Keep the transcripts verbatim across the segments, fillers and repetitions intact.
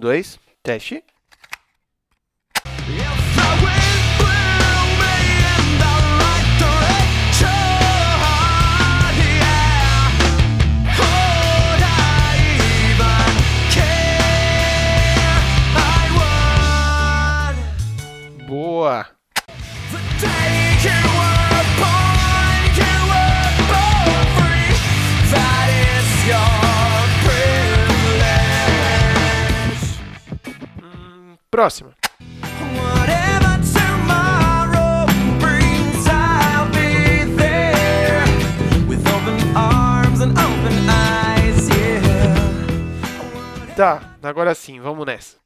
dois, teste. Boa! Hum, próxima. Tá, agora sim, vamos nessa.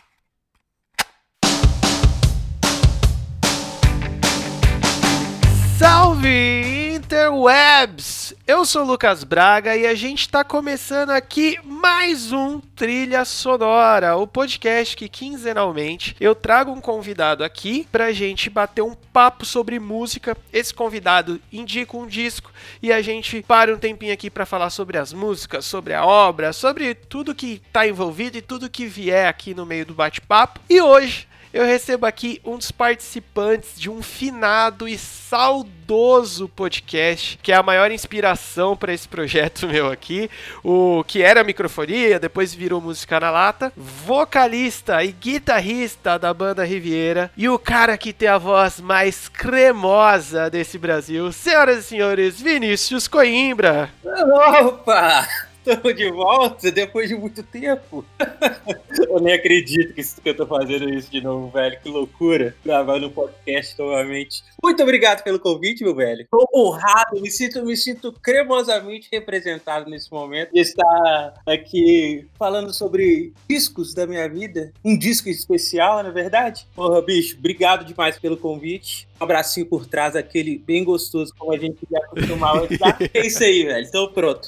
Salve Interwebs! Eu sou o Lucas Braga e a gente tá começando aqui mais um Trilha Sonora, o podcast que quinzenalmente eu trago um convidado aqui pra gente bater um papo sobre música. Esse convidado indica um disco e a gente para um tempinho aqui pra falar sobre as músicas, sobre a obra, sobre tudo que tá envolvido e tudo que vier aqui no meio do bate-papo. E hoje eu recebo aqui um dos participantes de um finado e saudoso podcast, que é a maior inspiração para esse projeto meu aqui, o que era microfonia, depois virou música na lata, vocalista e guitarrista da banda Riviera, e o cara que tem a voz mais cremosa desse Brasil, senhoras e senhores, Vinícius Coimbra. Opa! Estamos de volta depois de muito tempo. Eu nem acredito que, isso, que eu tô fazendo isso de novo, velho. Que loucura. Gravando um podcast novamente. Muito obrigado pelo convite, meu velho. Tô honrado, me sinto, me sinto cremosamente representado nesse momento. De estar aqui falando sobre discos da minha vida. Um disco especial, na verdade. Porra, bicho, obrigado demais pelo convite. Um abracinho por trás, aquele bem gostoso, como a gente já acostumava. É isso aí, velho. Tô pronto.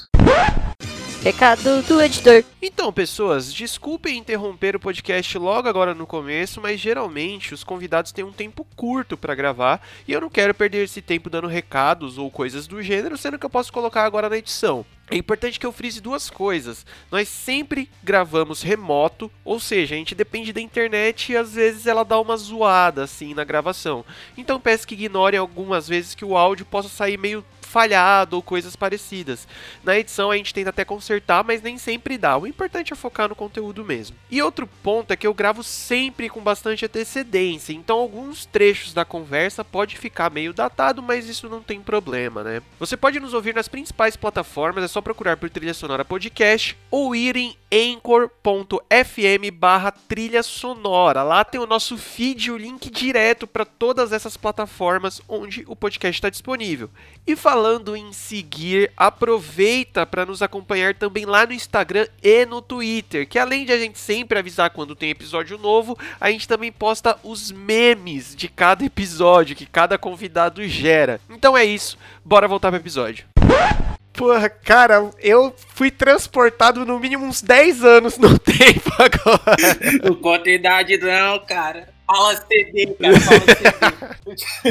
Recado do editor. Então, pessoas, desculpem interromper o podcast logo agora no começo, mas geralmente os convidados têm um tempo curto para gravar e eu não quero perder esse tempo dando recados ou coisas do gênero, sendo que eu posso colocar agora na edição. É importante que eu frise duas coisas. Nós sempre gravamos remoto, ou seja, a gente depende da internet e às vezes ela dá uma zoada assim na gravação. Então peço que ignorem algumas vezes que o áudio possa sair meio falhado ou coisas parecidas. Na edição a gente tenta até consertar, mas nem sempre dá. O importante é focar no conteúdo mesmo. E outro ponto é que eu gravo sempre com bastante antecedência, então alguns trechos da conversa pode ficar meio datado, mas isso não tem problema, né? Você pode nos ouvir nas principais plataformas, é só procurar por Trilha Sonora Podcast ou ir em anchor ponto f m barra trilha sonora. Lá tem o nosso feed, o link direto para todas essas plataformas onde o podcast está disponível. E falando em seguir, aproveita para nos acompanhar também lá no Instagram e no Twitter, que além de a gente sempre avisar quando tem episódio novo, a gente também posta os memes de cada episódio que cada convidado gera. Então é isso, bora voltar pro episódio. Porra, cara, eu fui transportado no mínimo uns dez anos no tempo agora. Não conta idade não, cara. Fala C D, cara, fala C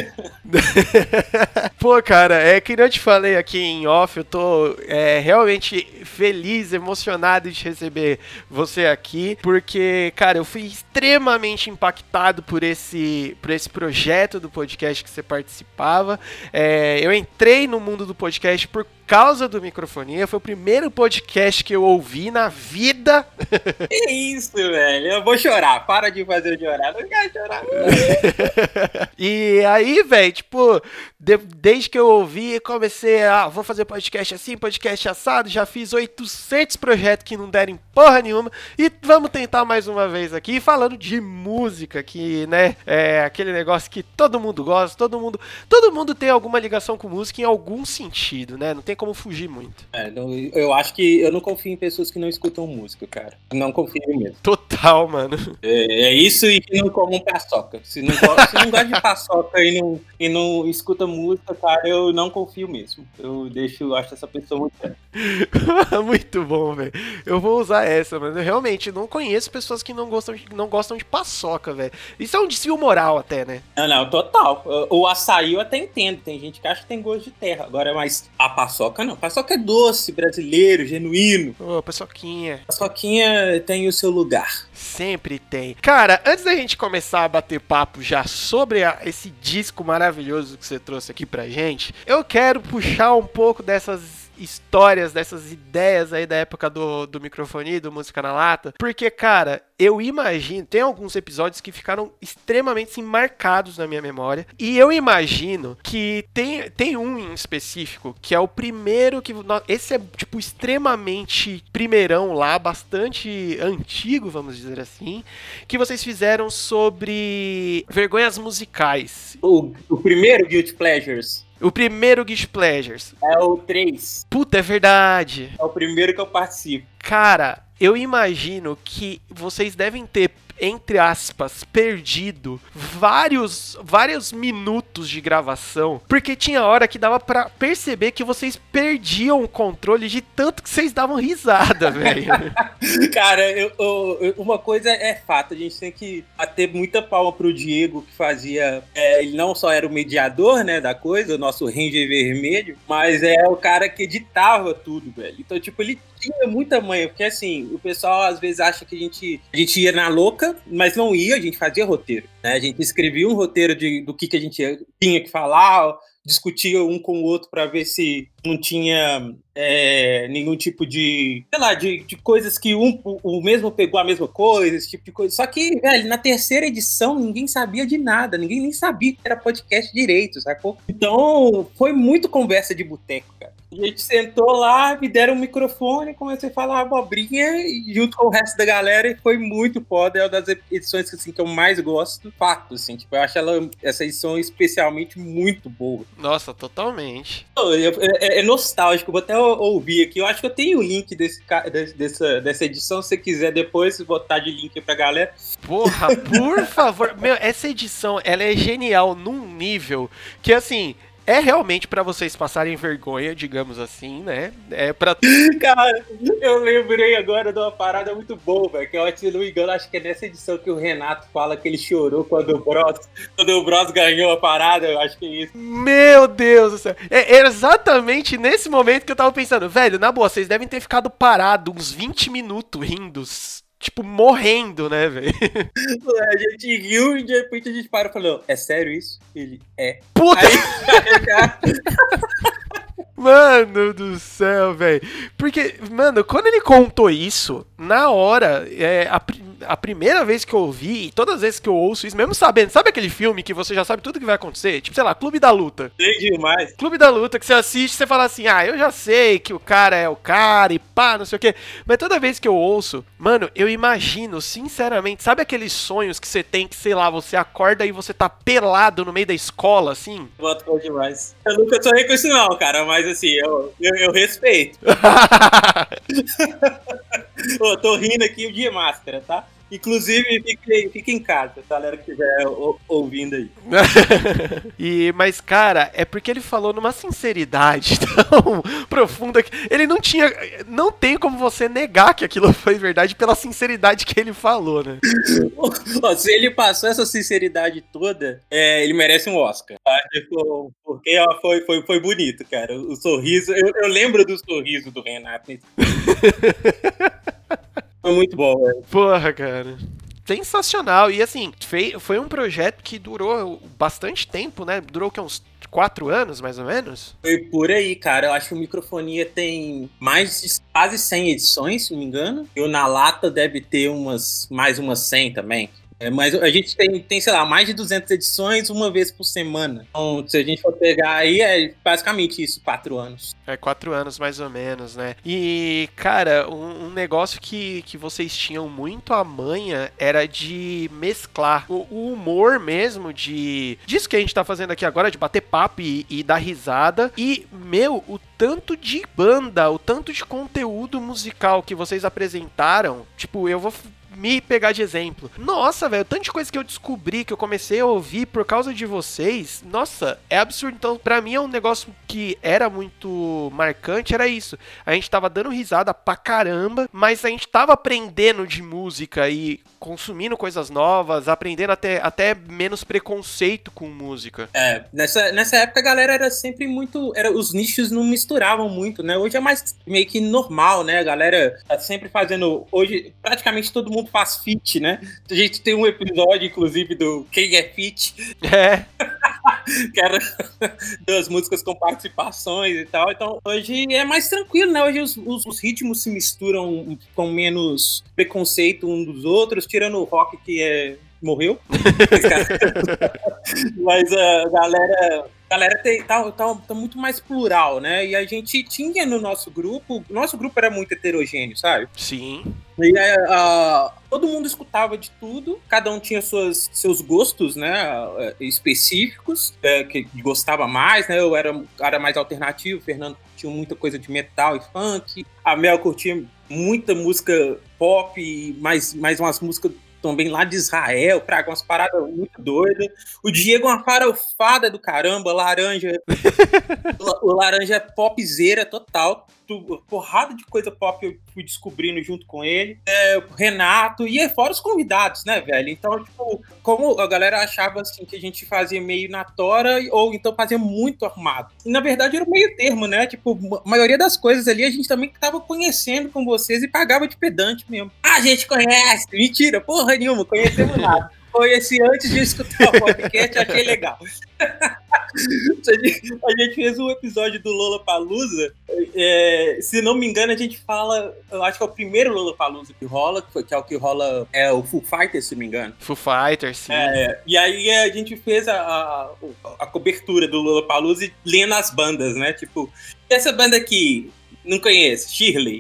D. Pô, cara, é que eu te falei aqui em off, eu tô é, realmente feliz, emocionado de receber você aqui, porque, cara, eu fui extremamente impactado por esse, por esse projeto do podcast que você participava. É, eu entrei no mundo do podcast por causa do Microfonia, foi o primeiro podcast que eu ouvi na vida. Que isso, velho, eu vou chorar, para de fazer eu chorar, não quero chorar. E aí, velho, tipo, de, desde que eu ouvi, comecei a, vou fazer podcast assim, podcast assado, já fiz oitocentos projetos que não deram porra nenhuma, e vamos tentar mais uma vez aqui, falando de música, que, né, é aquele negócio que todo mundo gosta, todo mundo, todo mundo tem alguma ligação com música em algum sentido, né, não tem como fugir muito. É, eu acho que eu não confio em pessoas que não escutam música, cara. Não confio mesmo. Total, mano. É, é isso e que não, com paçoca. Se não, gosta, se não gosta de paçoca e não, e não escuta música, cara, eu não confio mesmo. Eu deixo, eu acho essa pessoa muito... Muito bom, velho. Eu vou usar essa, mas eu realmente não conheço pessoas que não gostam de, não gostam de paçoca, velho. Isso é um desvio moral até, né? Não, não, total. O açaí eu até entendo. Tem gente que acha que tem gosto de terra. Agora, mas a paçoca não. Paçoca é doce, brasileiro, genuíno. Ô, paçoquinha. Paçoquinha tem o seu lugar. Sempre tem. Cara, antes da gente começar a bater papo já sobre a, esse disco maravilhoso que você trouxe aqui pra gente, eu quero puxar um pouco dessas histórias, dessas ideias aí da época do, do microfone, do Música na Lata, porque, cara, eu imagino, tem alguns episódios que ficaram extremamente assim, marcados na minha memória, e eu imagino que tem, tem um em específico, que é o primeiro que, esse é, tipo, extremamente primeirão lá, bastante antigo, vamos dizer assim, que vocês fizeram sobre vergonhas musicais. O, o primeiro Guilty Pleasures. O primeiro Guilty Pleasures. É o três. Puta, é verdade. É o primeiro que eu participo. Cara, eu imagino que vocês devem ter, entre aspas, perdido vários, vários minutos de gravação, porque tinha hora que dava pra perceber que vocês perdiam o controle de tanto que vocês davam risada, velho. Cara, eu, eu, uma coisa é fato, a gente tem que bater muita palma pro Diego, que fazia, é, ele não só era o mediador, né, da coisa, o nosso Ranger vermelho, mas é o cara que editava tudo, velho. Então, tipo, ele tinha muita manha, porque assim, o pessoal às vezes acha que a gente, a gente ia na louca, mas não ia, a gente fazia roteiro, né? A gente escrevia um roteiro de, do que, que a gente tinha que falar, discutia um com o outro para ver se não tinha é, nenhum tipo de, sei lá, de, de coisas que um, o, o mesmo pegou a mesma coisa, esse tipo de coisa. Só que, velho, na terceira edição ninguém sabia de nada, ninguém nem sabia que era podcast direito, sacou? Então, foi muito conversa de boteco, cara. A gente sentou lá, me deram um microfone, comecei a falar abobrinha junto com o resto da galera e foi muito foda. É uma das edições assim, que eu mais gosto. Fato, assim, tipo, eu acho ela, essa edição especialmente muito boa. Nossa, totalmente. É, é, é nostálgico, vou até ouvir aqui. Eu acho que eu tenho o link desse, dessa, dessa edição, se você quiser depois botar de link pra galera. Porra, por favor. Meu, essa edição, ela é genial num nível que, assim... É realmente pra vocês passarem vergonha, digamos assim, né? É pra... Cara, eu lembrei agora de uma parada muito boa, velho. Que eu, se não me engano, acho que é nessa edição que o Renato fala que ele chorou quando o Bros, quando o Bros ganhou a parada. Eu acho que é isso. Meu Deus do céu. É exatamente nesse momento que eu tava pensando. Velho, na boa, vocês devem ter ficado parados uns vinte minutos rindo. Tipo, morrendo, né, velho? A gente riu e de repente a gente parou e falou, é sério isso? Ele, é. Puta! Aí, mano do céu, velho. Porque, mano, quando ele contou isso, na hora, é, a, a primeira vez que eu ouvi, e todas as vezes que eu ouço isso, mesmo sabendo, sabe aquele filme que você já sabe tudo que vai acontecer? Tipo, sei lá, Clube da Luta. Sei demais. Clube da Luta, que você assiste e você fala assim, ah, eu já sei que o cara é o cara e pá, não sei o quê. Mas toda vez que eu ouço, mano, eu imagino, sinceramente, sabe aqueles sonhos que você tem que, sei lá, você acorda e você tá pelado no meio da escola, assim? Boto bom demais. Eu nunca sonhei com isso não, cara, mas assim, eu, eu, eu respeito. Ô, tô rindo aqui de máscara, tá? Inclusive, fique, fique em casa, a galera que estiver ouvindo aí. E, mas, cara, é porque ele falou numa sinceridade tão profunda que ele não tinha. Não tem como você negar que aquilo foi verdade pela sinceridade que ele falou, né? Se ele passou essa sinceridade toda, é, ele merece um Oscar. Tá? Porque ó, foi, foi, foi bonito, cara. O sorriso. Eu, eu lembro do sorriso do Renato. Foi muito bom, velho. Porra, cara. Sensacional. E assim, foi um projeto que durou bastante tempo, né? Durou que uns quatro anos, mais ou menos? Foi por aí, cara. Eu acho que o Microfonia tem mais de quase cem edições, se não me engano. E o Na Lata deve ter umas, mais umas cem também. É, mas a gente tem, tem, sei lá, mais de duzentas edições uma vez por semana. Então, se a gente for pegar aí, é basicamente isso, quatro anos. É, quatro anos mais ou menos, né? E, cara, um, um negócio que, que vocês tinham muito a manha era de mesclar o, o humor mesmo, de disso que a gente tá fazendo aqui agora, de bater papo e, e dar risada. E, meu, o tanto de banda, o tanto de conteúdo musical que vocês apresentaram, tipo, eu vou... me pegar de exemplo. Nossa, velho, tanta coisa que eu descobri, que eu comecei a ouvir por causa de vocês, nossa, é absurdo. Então, pra mim é um negócio que era muito marcante, era isso. A gente tava dando risada pra caramba, mas a gente tava aprendendo de música e consumindo coisas novas, aprendendo até, até menos preconceito com música. É, nessa, nessa época a galera era sempre muito... Era, os nichos não misturavam muito, né? Hoje é mais meio que normal, né? A galera tá sempre fazendo... Hoje, praticamente todo mundo faz feat, né? A gente tem um episódio, inclusive, do Quem é Feat. É. Que era das músicas com participações e tal. Então, hoje é mais tranquilo, né? Hoje os, os, os ritmos se misturam com menos preconceito um dos outros, tirando o rock que é... morreu. Mas a galera... A galera tem, tá, tá, tá muito mais plural, né? E a gente tinha no nosso grupo... Nosso grupo era muito heterogêneo, sabe? Sim. E uh, todo mundo escutava de tudo, cada um tinha suas, seus gostos, né, específicos, é, que gostava mais, né, eu era, era mais alternativo, o Fernando curtia muita coisa de metal e funk, a Mel curtia muita música pop, mais, mais umas músicas também lá de Israel, praga, umas paradas muito doidas. O Diego é uma farofada do caramba, laranja. O laranja é popzeira total. Porrada de coisa pop eu fui descobrindo junto com ele. É, o Renato, e fora os convidados, né, velho? Então, tipo, como a galera achava assim que a gente fazia meio na tora, ou então fazia muito arrumado. E na verdade era o meio termo, né? Tipo, a maioria das coisas ali a gente também tava conhecendo com vocês e pagava de pedante mesmo. Ah, a gente conhece! Mentira, porra nenhuma, conhecemos nada. Conheci antes de escutar o podcast, achei legal. A gente fez um episódio do Lollapalooza, é, se não me engano a gente fala, eu acho que é o primeiro Lollapalooza que rola, que, foi, que é o que rola, é o Foo Fighters, se não me engano. Foo Fighters, sim. É, e aí a gente fez a, a, a cobertura do Lollapalooza lendo as bandas, né, tipo, essa banda aqui... Não conheço, Shirley.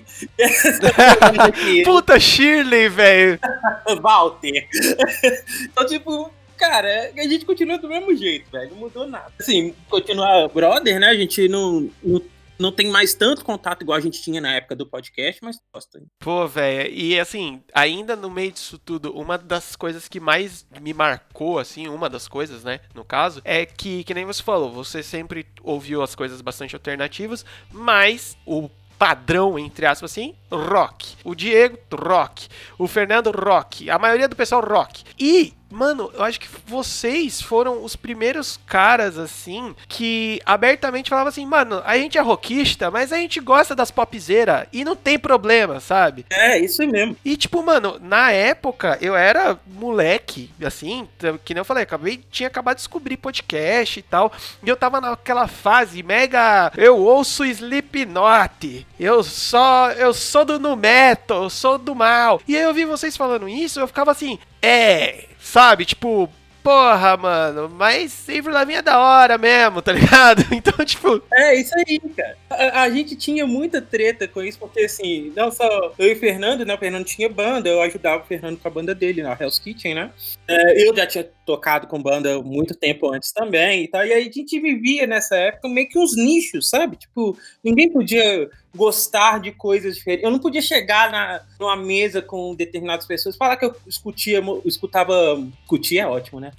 Puta, Shirley, velho. Walter. Então, tipo, cara, a gente continua do mesmo jeito, velho. Não mudou nada. Assim, continuar brother, né? A gente não, não, não tem mais tanto contato igual a gente tinha na época do podcast, mas gosta. Pô, velho, e assim, ainda no meio disso tudo, uma das coisas que mais me marcou, assim, uma das coisas, né, no caso, é que, que nem você falou, você sempre ouviu as coisas bastante alternativas, mas o padrão, entre aspas assim, rock. O Diego, rock. O Fernando, rock. A maioria do pessoal, rock. E, mano, eu acho que vocês foram os primeiros caras, assim, que abertamente falavam assim, mano, a gente é rockista, mas a gente gosta das popzeiras e não tem problema, sabe? É, isso mesmo. E, tipo, mano, na época, eu era moleque, assim, que nem eu falei, acabei, tinha acabado de descobrir podcast e tal, e eu tava naquela fase mega, eu ouço Slipknot, eu só, eu sou do nu metal, eu sou do mal. E aí eu vi vocês falando isso, eu ficava assim, é, sabe, tipo, porra, mano, mas Avril Lavigne é da hora mesmo, tá ligado? Então, tipo... É, isso aí, cara. A, a gente tinha muita treta com isso, porque, assim, não só eu e o Fernando, né? O Fernando tinha banda, eu ajudava o Fernando com a banda dele, na Hell's Kitchen, né? É, eu já tinha tocado com banda muito tempo antes também e tal, e aí a gente vivia nessa época meio que uns nichos, sabe? Tipo, ninguém podia gostar de coisas diferentes. Eu não podia chegar na, numa mesa com determinadas pessoas e falar que eu escutia, escutava... Escutia é ótimo, né?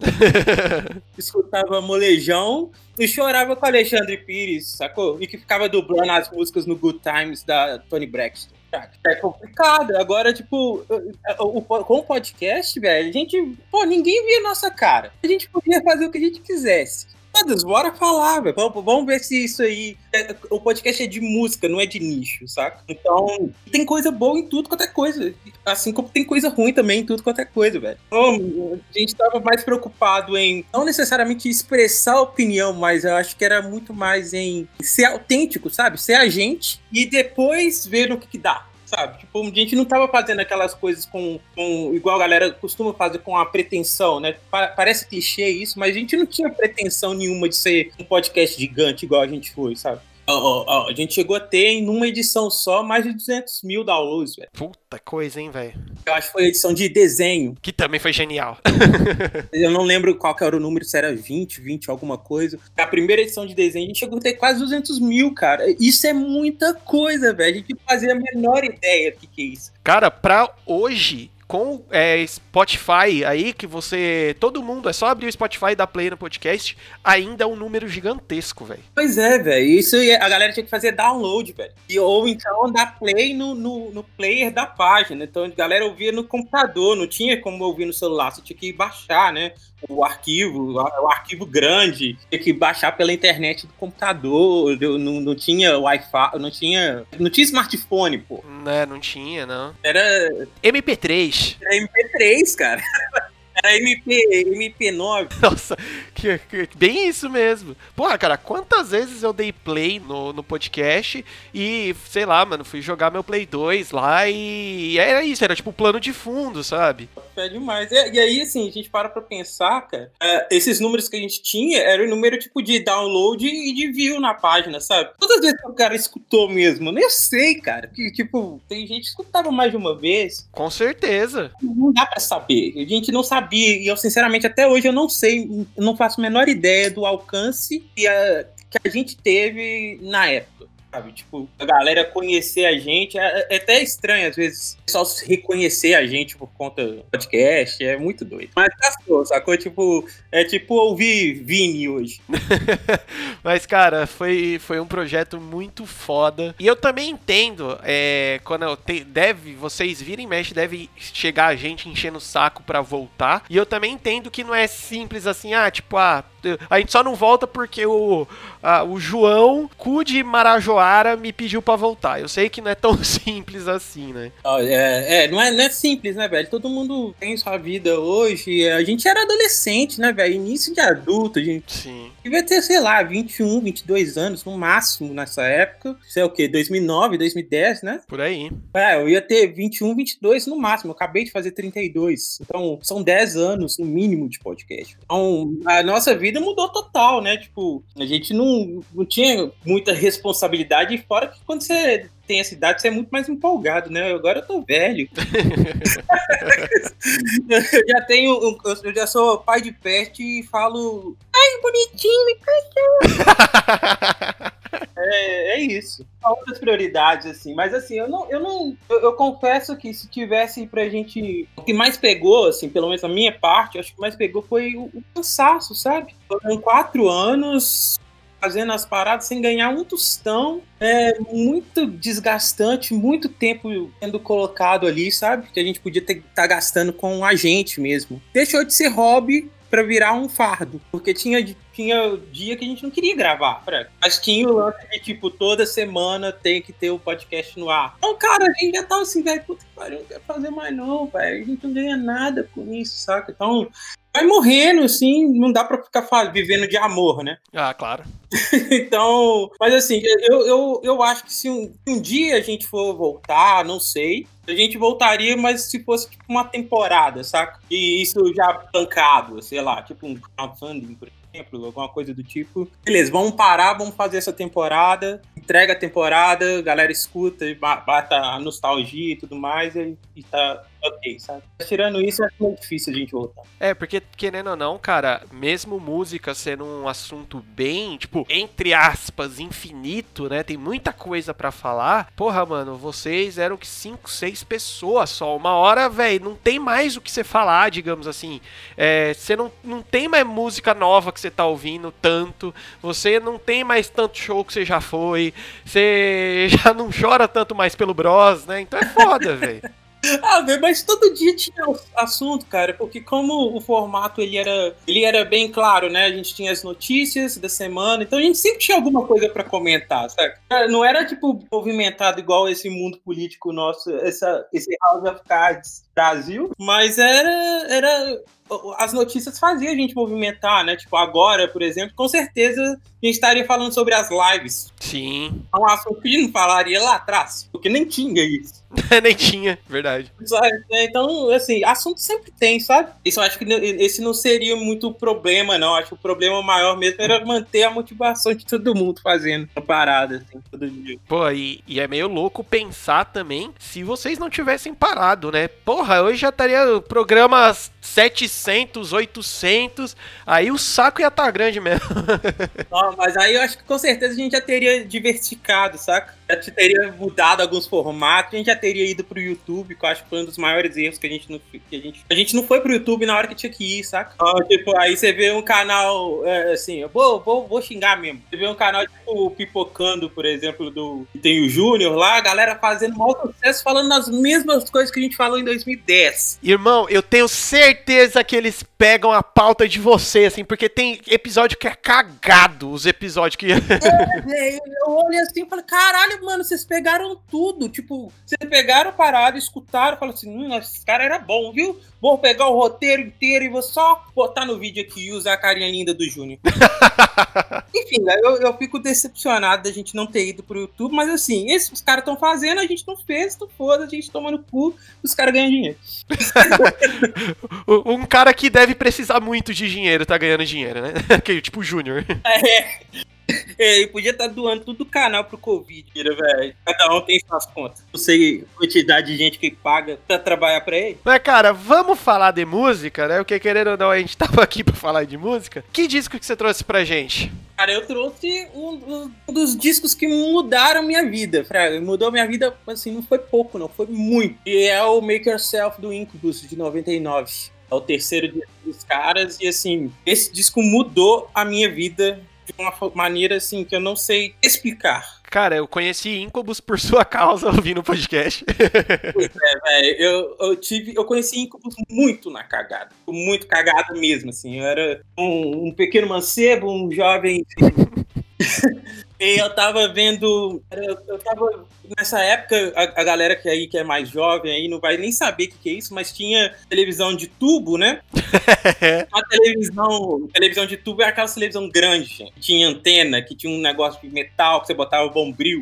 Escutava molejão e chorava com Alexandre Pires, sacou? E que ficava dublando as músicas no Good Times da Toni Braxton. É complicado. Agora, tipo, o, o, com o podcast, velho, a gente... Pô, ninguém via nossa cara. A gente podia fazer o que a gente quisesse. Todos, bora falar, velho. Vamos, vamos ver se isso aí... É, o podcast é de música, não é de nicho, saca? Então, tem coisa boa em tudo quanto é coisa. Assim como tem coisa ruim também em tudo quanto é coisa, velho. Então, a gente tava mais preocupado em não necessariamente expressar opinião, mas eu acho que era muito mais em ser autêntico, sabe? Ser a gente e depois ver no que que dá. Sabe? Tipo, a gente não tava fazendo aquelas coisas com, com... Igual a galera costuma fazer com a pretensão, né? Pa- parece clichê isso, mas a gente não tinha pretensão nenhuma de ser um podcast gigante igual a gente foi, sabe? Oh, oh, oh, a gente chegou a ter, em uma edição só, mais de duzentos mil downloads, velho. Puta coisa, hein, velho? Eu acho que foi a edição de desenho. Que também foi genial. Eu não lembro qual que era o número, se era vinte, vinte, alguma coisa. A primeira edição de desenho, a gente chegou a ter quase duzentos mil, cara. Isso é muita coisa, velho. A gente não fazia a menor ideia do que, que é isso. Cara, pra hoje... com é, Spotify aí, que você... Todo mundo, é só abrir o Spotify e dar play no podcast, ainda é um número gigantesco, velho. Pois é, velho. Isso a galera tinha que fazer download, velho. E, ou então dar play no, no, no player da página. Então a galera ouvia no computador, não tinha como ouvir no celular, você tinha que baixar, né? O arquivo, o arquivo grande, tinha que baixar pela internet do computador, não, não tinha Wi-Fi, não tinha, não tinha smartphone, pô. Né, não tinha, não. Era... M P três. Era M P três, cara. Era M P, M P nove. Nossa, que, que, bem isso mesmo. Porra, cara, quantas vezes eu dei play no, no podcast e, sei lá, mano, fui jogar meu Play dois lá e, e era isso, era tipo plano de fundo, sabe? É demais. E, e aí, assim, a gente para pra pensar, cara, é, esses números que a gente tinha era o número, tipo, de download e de view na página, sabe? Todas as vezes que o cara escutou mesmo, eu nem sei, cara, que, tipo, tem gente que escutava mais de uma vez. Com certeza. Não dá pra saber. A gente não sabia. E eu, sinceramente, até hoje eu não sei, eu não faço a menor ideia do alcance que a, que a gente teve na época, sabe? Tipo, a galera conhecer a gente, é, é até estranho, às vezes, só reconhecer a gente por conta do podcast, é muito doido. Mas passou, sacou? Tipo, é tipo ouvir Vini hoje. Mas, cara, foi, foi um projeto muito foda. E eu também entendo, é, quando eu te, deve, vocês virem e mexe, deve chegar a gente enchendo o saco pra voltar. E eu também entendo que não é simples assim, ah, tipo, ah, a gente só não volta porque o, a, o João, cu de Marajoara, me pediu pra voltar. Eu sei que não é tão simples assim, né? É, é, não, é não é simples, né, velho? Todo mundo tem sua vida hoje. A gente era adolescente, né, velho? Início de adulto, a gente. Sim. Devia ter, sei lá, vinte e um, vinte e dois anos no máximo nessa época. Sei o quê? dois mil e nove, dois mil e dez, né? Por aí. É, eu ia ter vinte e um, vinte e dois no máximo. Eu acabei de fazer trinta e dois. Então, são dez anos no mínimo de podcast. Então, a nossa vida mudou total, né? Tipo, a gente não, não tinha muita responsabilidade, fora que quando você tem essa idade, você é muito mais empolgado, né? Agora eu tô velho. Eu já tenho, eu já sou pai de pet e falo, ai, bonitinho, me cachorro. É, é isso. São outras prioridades, assim. Mas, assim, eu não... Eu, não eu, eu confesso que se tivesse pra gente... O que mais pegou, assim, pelo menos a minha parte, acho que o que mais pegou foi o, o cansaço, sabe? Foram quatro anos fazendo as paradas sem ganhar um tostão. É muito desgastante, muito tempo sendo colocado ali, sabe? Que a gente podia estar tá gastando com a gente mesmo. Deixou de ser hobby pra virar um fardo, porque tinha, tinha dia que a gente não queria gravar, mas tinha o lance de, tipo, toda semana tem que ter o podcast no ar. Então, cara, a gente já tava assim, velho, puta que pariu, não quero fazer mais não, velho, a gente não ganha nada com isso, saca? Então, vai morrendo, assim, não dá pra ficar vivendo de amor, né? Ah, claro. Então, mas assim, eu, eu, eu acho que se um, um dia a gente for voltar, não sei, a gente voltaria, mas se fosse tipo uma temporada, saca? E isso já bancado, sei lá, tipo um crowdfunding, por exemplo, alguma coisa do tipo. Beleza, vamos parar, vamos fazer essa temporada, entrega a temporada, a galera escuta, bata a nostalgia e tudo mais, e, e tá ok, sabe? Tirando isso, é muito difícil a gente voltar. É, porque, querendo ou não, cara, mesmo música sendo um assunto bem, tipo, entre aspas, infinito, né? Tem muita coisa pra falar. Porra, mano, vocês eram que cinco, seis pessoas só. Uma hora, velho, não tem mais o que você falar, digamos assim. É, você não, não tem mais música nova que você tá ouvindo tanto. Você não tem mais tanto show que você já foi. Você já não chora tanto mais pelo Bros, né? Então é foda, velho. Ah, mas todo dia tinha assunto, cara, porque como o formato ele era, ele era bem claro, né? A gente tinha as notícias da semana, então a gente sempre tinha alguma coisa pra comentar, sabe? Não era, tipo, movimentado igual esse mundo político nosso, essa, esse House of Cards Brasil, mas era, era... As notícias faziam a gente movimentar, né? Tipo, agora, por exemplo, com certeza a gente estaria falando sobre as lives. Sim. É um assunto que a gente não falaria lá atrás, porque nem tinha isso. Nem tinha, verdade. Então, assim, assunto sempre tem, sabe? Isso eu acho que esse não seria muito problema, não. Acho que o problema maior mesmo era manter a motivação de todo mundo fazendo uma parada, assim, todo dia. Pô, e, e é meio louco pensar também se vocês não tivessem parado, né? Porra, hoje já estaria o programa setecentos, oitocentos, aí o saco ia estar grande mesmo. Não, mas aí eu acho que com certeza a gente já teria diversificado, saca? Já teria mudado alguns formatos, a gente já teria ido pro YouTube, que eu acho que foi um dos maiores erros que a gente não que a gente, a gente não foi pro YouTube na hora que tinha que ir, saca? Então, tipo, aí você vê um canal, é, assim, eu vou, vou, vou xingar mesmo. Você vê um canal tipo Pipocando, por exemplo, do que tem o Júnior lá, a galera fazendo maior sucesso, falando as mesmas coisas que a gente falou em dois mil e dez. Irmão, eu tenho certeza que eles pegam a pauta de você, assim, porque tem episódio que é cagado, os episódios que... É, velho, eu olhei assim e falei, caralho, mano, vocês pegaram tudo. Tipo, vocês pegaram a parada, escutaram, falaram assim, hum, esse cara era bom, viu? Vou pegar o roteiro inteiro e vou só botar no vídeo aqui e usar a carinha linda do Júnior. Enfim, eu, eu fico decepcionado da gente não ter ido pro YouTube, mas assim, esses os caras estão fazendo, a gente não fez, então foda, a gente toma no cu, os caras ganham dinheiro. Um cara que deve precisar muito de dinheiro tá ganhando dinheiro, né? Tipo o Júnior. É. É, e podia estar doando tudo do canal pro Covid, velho. Cada um tem suas contas. Não sei a quantidade de gente que paga pra trabalhar pra ele. Mas, cara, vamos falar de música, né? Porque, querendo ou não, a gente tava aqui pra falar de música. Que disco que você trouxe pra gente? Cara, eu trouxe um, um dos discos que mudaram minha vida, Fraga. Mudou minha vida, assim, não foi pouco, não. Foi muito. E é o Make Yourself do Incubus, de noventa e nove. É o terceiro disco dos caras. E, assim, esse disco mudou a minha vida de uma maneira, assim, que eu não sei explicar. Cara, eu conheci Incubus por sua causa ouvindo o podcast. Pois é, velho. Eu, eu, tive, eu conheci Incubus muito na cagada. Muito cagada mesmo, assim. Eu era um, um pequeno mancebo, um jovem... E eu tava vendo, eu, eu tava, nessa época, a, a galera que, aí, que é mais jovem aí não vai nem saber o que, que é isso, mas tinha televisão de tubo, né? A televisão, televisão de tubo é aquela televisão grande, gente. Tinha antena, que tinha um negócio de metal, que você botava bombril.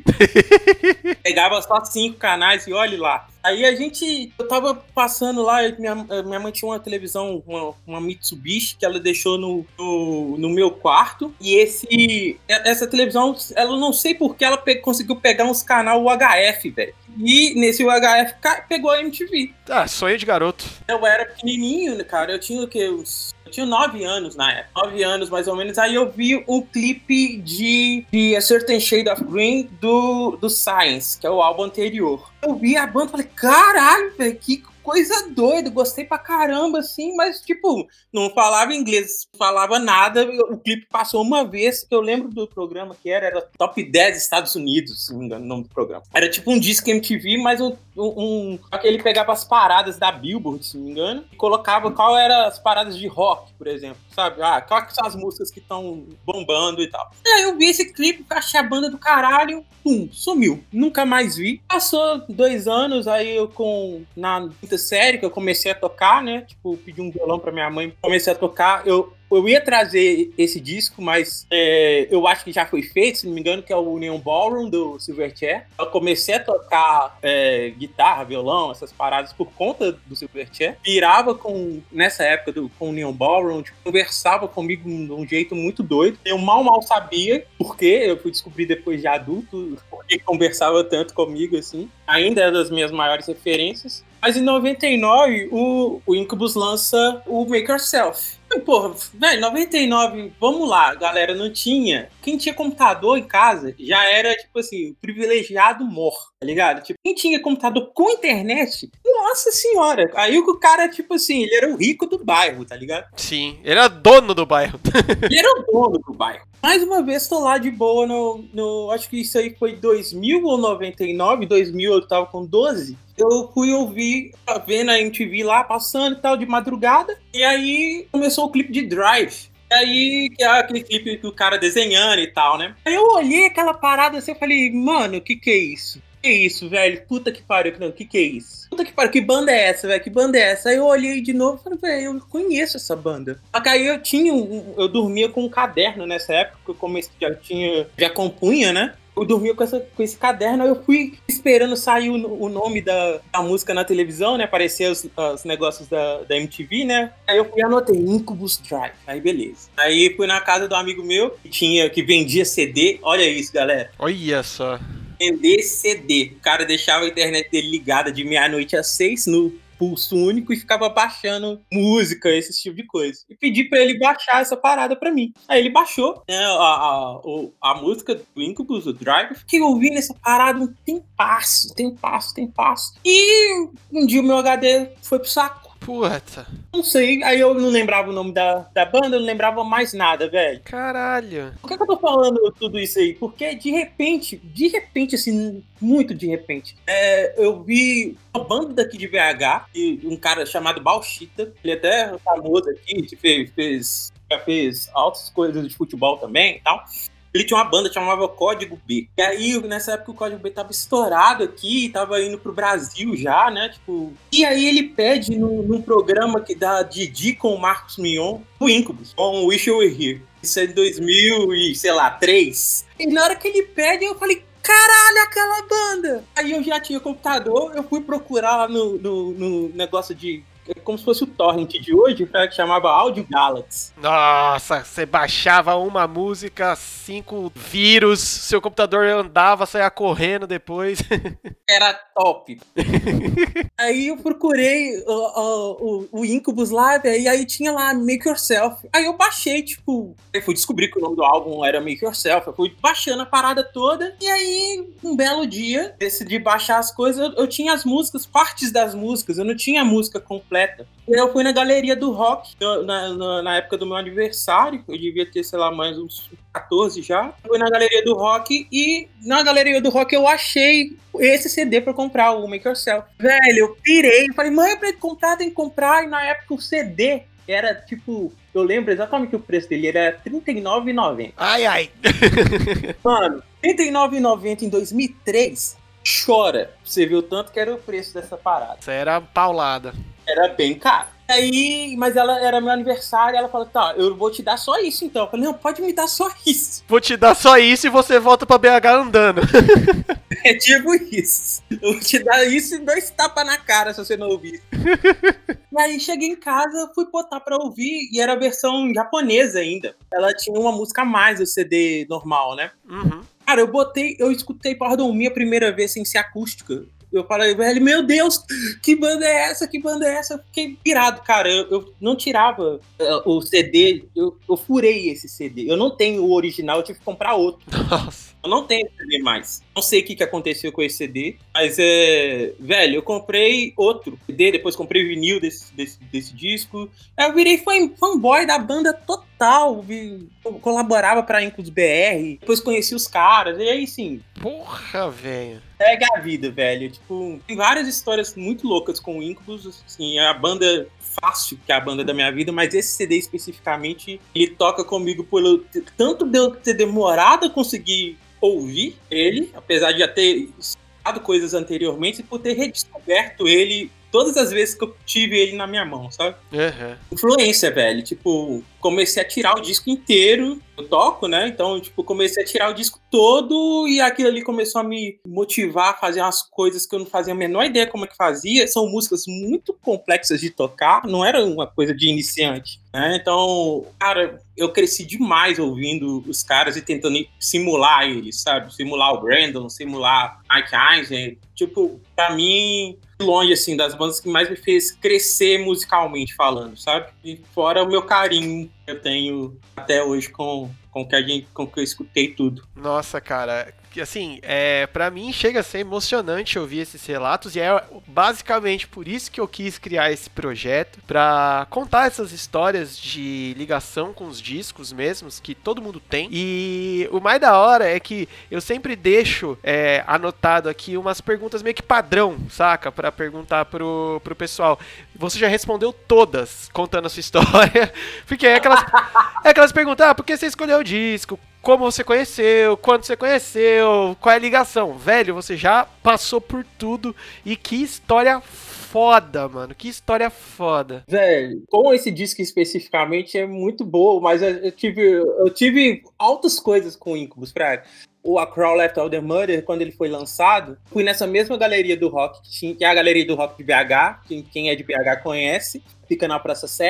Pegava só cinco canais e olhe lá. Aí a gente, eu tava passando lá, minha, minha mãe tinha uma televisão, uma, uma Mitsubishi, que ela deixou no, no, no meu quarto. E esse, essa televisão, ela não sei por que ela pe- conseguiu pegar uns canal U H F, velho. E nesse U H F pegou a M T V. Ah, sonho de garoto. Eu era pequenininho, cara, eu tinha o quê? Uns... Eu tinha nove anos na época, nove anos mais ou menos. Aí eu vi um clipe de, de A Certain Shade of Green do, do Science, que é o álbum anterior. Eu vi a banda e falei, caralho, velho, que coisa doida, gostei pra caramba, assim, mas, tipo, não falava inglês, não falava nada. O clipe passou uma vez, que eu lembro do programa que era, era Top dez Estados Unidos, se não me engano, o nome do programa. Era tipo um disco M T V, mas um, um, um ele pegava as paradas da Billboard, se não me engano, e colocava qual eram as paradas de rock, por exemplo, sabe? Ah, quais são as músicas que estão bombando e tal. Aí eu vi esse clipe, achei a banda do caralho, pum, sumiu. Nunca mais vi. Passou dois anos, aí eu com... na quinta série, que eu comecei a tocar, né? Tipo, pedi um violão pra minha mãe, comecei a tocar. Eu, eu ia trazer esse disco, mas é, eu acho que já foi feito, se não me engano, que é o Neon Ballroom, do Silverchair. Eu comecei a tocar é, guitarra, violão, essas paradas por conta do Silverchair. Virava com, nessa época, do, com o Neon Ballroom, tipo, conversava comigo de um jeito muito doido. Eu mal, mal sabia porque eu fui descobrir depois de adulto porque conversava tanto comigo, assim. Ainda é das minhas maiores referências. Mas em noventa e nove, o, o Incubus lança o Make Yourself. Porra, velho, noventa e nove, vamos lá, galera, não tinha. Quem tinha computador em casa já era, tipo assim, o privilegiado mor, tá ligado? Tipo, quem tinha computador com internet, nossa senhora. Aí o cara, tipo assim, ele era o rico do bairro, tá ligado? Sim, ele era dono do bairro. Ele era o dono do bairro. Mais uma vez, tô lá de boa no, no... Acho que isso aí foi dois mil ou noventa e nove, dois mil eu tava com doze. Eu fui ouvir, vendo a M T V lá, passando e tal, de madrugada. E aí começou o clipe de Drive. E aí, que é aquele clipe que o cara desenhando e tal, né? Aí eu olhei aquela parada assim, eu falei, mano, o que que é isso? Que isso, velho? Puta que pariu, o que que é isso? Puta que pariu, que banda é essa, velho? Que banda é essa? Aí eu olhei de novo e falei, velho, eu conheço essa banda. Só que aí eu tinha, um, eu dormia com um caderno nessa época, que eu comecei, já tinha, já compunha, né? Eu dormia com, essa, com esse caderno, aí eu fui esperando sair o, o nome da, da música na televisão, né? Aparecer os, os negócios da, da M T V, né? Aí eu fui e anotei, Incubus Drive. Aí beleza. Aí fui na casa do amigo meu, que, tinha, que vendia C D. Olha isso, galera. Olha só. Vender C D. O cara deixava a internet dele ligada de meia-noite às seis no pulso único e ficava baixando música, esse tipo de coisa. E pedi pra ele baixar essa parada pra mim. Aí ele baixou, né, a, a, a, a música do Incubus, o Drive. Eu fiquei ouvindo essa parada um tempasso, tempasso, tempasso. E um dia o meu H D foi pro saco. Puta. Não sei, aí eu não lembrava o nome da, da banda, eu não lembrava mais nada, velho. Caralho. Por que, que eu tô falando tudo isso aí? Porque de repente, de repente, assim, muito de repente, é, eu vi uma banda daqui de B H, e um cara chamado Bauchita, ele é até famoso aqui, que fez, fez, já fez altas coisas de futebol também e tal. Ele tinha uma banda que chamava Código B. E aí, nessa época, o Código B tava estourado aqui, tava indo pro Brasil já, né? Tipo... E aí ele pede num, num programa que dá Didi com o Marcos Mion, o Incubus, com o Wish You Were Here. Isso é em dois mil e, sei lá, três. E na hora que ele pede, eu falei, caralho, aquela banda! Aí eu já tinha computador, eu fui procurar lá no, no, no negócio de... como se fosse o torrent de hoje, que chamava Audio Galaxy. Nossa, você baixava uma música, cinco vírus, seu computador andava, saia correndo depois. Era top. Aí eu procurei o, o, o Incubus lá, e aí tinha lá Make Yourself. Aí eu baixei, tipo... Eu fui descobrir que o nome do álbum era Make Yourself. Eu fui baixando a parada toda. E aí, um belo dia, decidi baixar as coisas. Eu, eu tinha as músicas, partes das músicas. Eu não tinha a música completa. E eu fui na Galeria do Rock, na, na, na época do meu aniversário. Eu devia ter, sei lá, mais uns catorze já. Eu fui na Galeria do Rock e na Galeria do Rock eu achei esse C D pra comprar, o Make Yourself. Velho, eu pirei. Falei, mãe, é pra comprar, tem que comprar. E na época o C D era, tipo... Eu lembro exatamente o preço dele. Era trinta e nove reais e noventa centavos. Ai, ai. Mano, trinta e nove reais e noventa centavos em dois mil e três... Chora. Você viu o tanto que era o preço dessa parada. Isso era paulada. Era bem caro. Aí, mas ela era meu aniversário, ela falou, tá, eu vou te dar só isso então. Eu falei, não, pode me dar só isso. Vou te dar só isso e você volta pra B H andando. É tipo isso. Eu vou te dar isso e dois tapas na cara se você não ouvir. E aí cheguei em casa, fui botar pra ouvir e era a versão japonesa ainda. Ela tinha uma música a mais do C D normal, né? Uhum. Cara, eu botei, eu escutei Pardon Me a primeira vez sem ser acústica. Eu falei, velho, meu Deus, que banda é essa? Que banda é essa? Eu fiquei pirado, cara. Eu, eu não tirava uh, o C D, eu, eu furei esse C D. Eu não tenho o original, eu tive que comprar outro. Nossa. Eu não tenho C D mais. Não sei o que, que aconteceu com esse C D, mas é. Velho, eu comprei outro C D, depois comprei vinil desse, desse, desse disco. Aí eu virei fan, fanboy da banda total. Vi, colaborava pra Incubus B R, depois conheci os caras, e aí sim. Porra, velho. Pega a vida, velho. Tipo, tem várias histórias muito loucas com o Incubus. Assim, é a banda fácil, que é a banda da minha vida, mas esse C D especificamente, ele toca comigo pelo tanto de eu ter demorado a conseguir ouvir ele, apesar de já ter escutado coisas anteriormente, e por ter redescoberto ele todas as vezes que eu tive ele na minha mão, sabe? Uhum. Influência, velho. Tipo, comecei a tirar o disco inteiro. Eu toco, né? Então, tipo, comecei a tirar o disco todo e aquilo ali começou a me motivar a fazer umas coisas que eu não fazia a menor ideia como é que fazia. São músicas muito complexas de tocar, não era uma coisa de iniciante, né? Então, cara, eu cresci demais ouvindo os caras e tentando simular eles, sabe? Simular o Brandon, simular Mike Eisner. Tipo, pra mim, longe, assim, das bandas que mais me fez crescer musicalmente falando, sabe? E fora o meu carinho que eu tenho até hoje com, com, que, a gente, com que eu escutei tudo. Nossa, cara, assim, é, pra mim chega a ser emocionante ouvir esses relatos e é basicamente por isso que eu quis criar esse projeto, pra contar essas histórias de ligação com os discos mesmos, que todo mundo tem. E o mais da hora é que eu sempre deixo é, anotado aqui umas perguntas meio que padrão, saca? Pra perguntar pro, pro pessoal. Você já respondeu todas, contando a sua história, porque é aquelas, é aquelas perguntas, ah, por que você escolheu o disco? Como você conheceu, quando você conheceu, qual é a ligação? Velho, você já passou por tudo e que história foda, mano, que história foda. Velho, com esse disco especificamente é muito boa, mas eu tive, eu tive altas coisas com o Incubus, pra... O A Crow Left All The Murder, quando ele foi lançado, fui nessa mesma Galeria do Rock, que é a Galeria do Rock de B H, quem é de B H conhece, fica na Praça sete.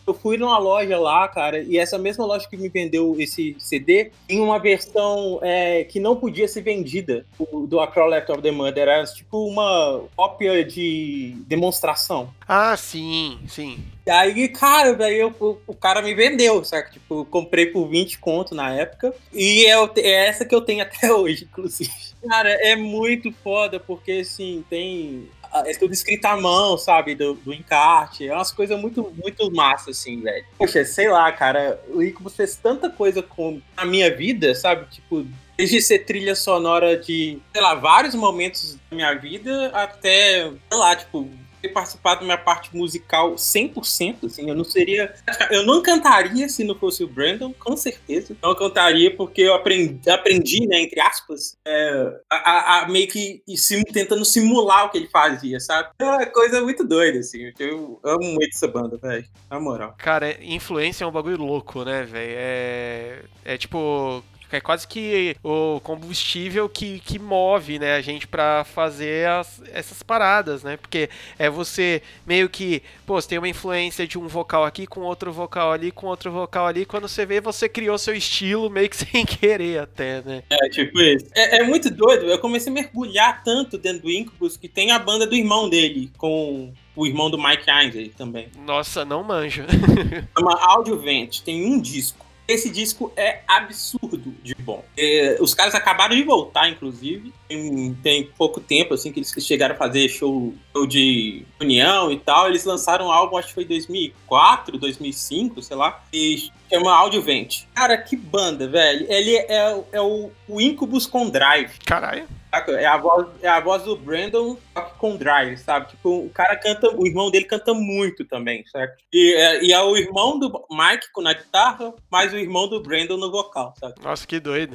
eu fui numa loja lá, cara, e essa mesma loja que me vendeu esse C D tinha uma versão é, que não podia ser vendida do, do A Crawler of the Mother. Era tipo uma cópia de demonstração. Ah, sim, sim. E aí, cara, daí eu, o, o cara me vendeu, sabe? Tipo, eu comprei por vinte conto na época. E é, é essa que eu tenho até hoje, inclusive. Cara, é muito foda, porque, assim, tem... É tudo escrito à mão, sabe? Do, do encarte. É umas coisas muito, muito massa, assim, velho. Poxa, sei lá, cara. O Incubus fez tanta coisa com a minha vida, sabe? Tipo, desde ser trilha sonora de, sei lá, vários momentos da minha vida, até, sei lá, tipo... ter participado da minha parte musical cem por cento, assim, eu não seria... Eu não cantaria se não fosse o Brandon, com certeza. Não cantaria porque eu aprendi, aprendi né, entre aspas, é, a, a meio que sim, tentando simular o que ele fazia, sabe? É uma coisa muito doida, assim. Eu amo muito essa banda, velho. Na moral. Cara, influência é um bagulho louco, né, velho? É... É tipo... É quase que o combustível que, que move, né, a gente pra fazer as, essas paradas, né? Porque é você meio que, pô, você tem uma influência de um vocal aqui com outro vocal ali, com outro vocal ali. Quando você vê, você criou seu estilo meio que sem querer até, né? É, tipo isso. É, é muito doido. Eu comecei a mergulhar tanto dentro do Incubus que tem a banda do irmão dele, com o irmão do Mike Ainsley também. Nossa, não manjo. Chama Audiovent, tem um disco. Esse disco é absurdo de bom. É, os caras acabaram de voltar, inclusive. Tem, tem pouco tempo, assim, que eles chegaram a fazer show, show de união e tal. Eles lançaram um álbum, acho que foi em dois mil e quatro, dois mil e cinco, sei lá. E chama Audiovent. Cara, que banda, velho. Ele é, é o, o Incubus com Drive. Caralho. É a voz, é a voz do Brandon com drive, sabe? Tipo, o cara canta, o irmão dele canta muito também, certo? E é, e é o irmão do Mike na guitarra, mais o irmão do Brandon no vocal, sabe? Nossa, que doido.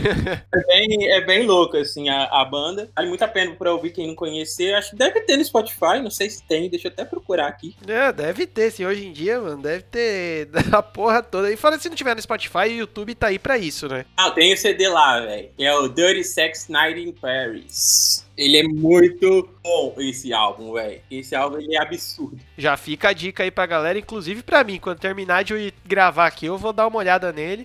É bem, é bem louco, assim, a, a banda. Vale muito a pena pra ouvir quem não conhecer. Acho que deve ter no Spotify, não sei se tem, deixa eu até procurar aqui. É, deve ter, sim. Hoje em dia, mano, deve ter a porra toda. E fora se não tiver no Spotify, o YouTube tá aí pra isso, né? Ah, tem o C D lá, velho. É o Dirty Sex Night in Paris. Ele é muito bom, esse álbum, velho. Esse álbum, ele é absurdo. Já fica a dica aí pra galera, inclusive pra mim. Quando terminar de gravar aqui, eu vou dar uma olhada nele.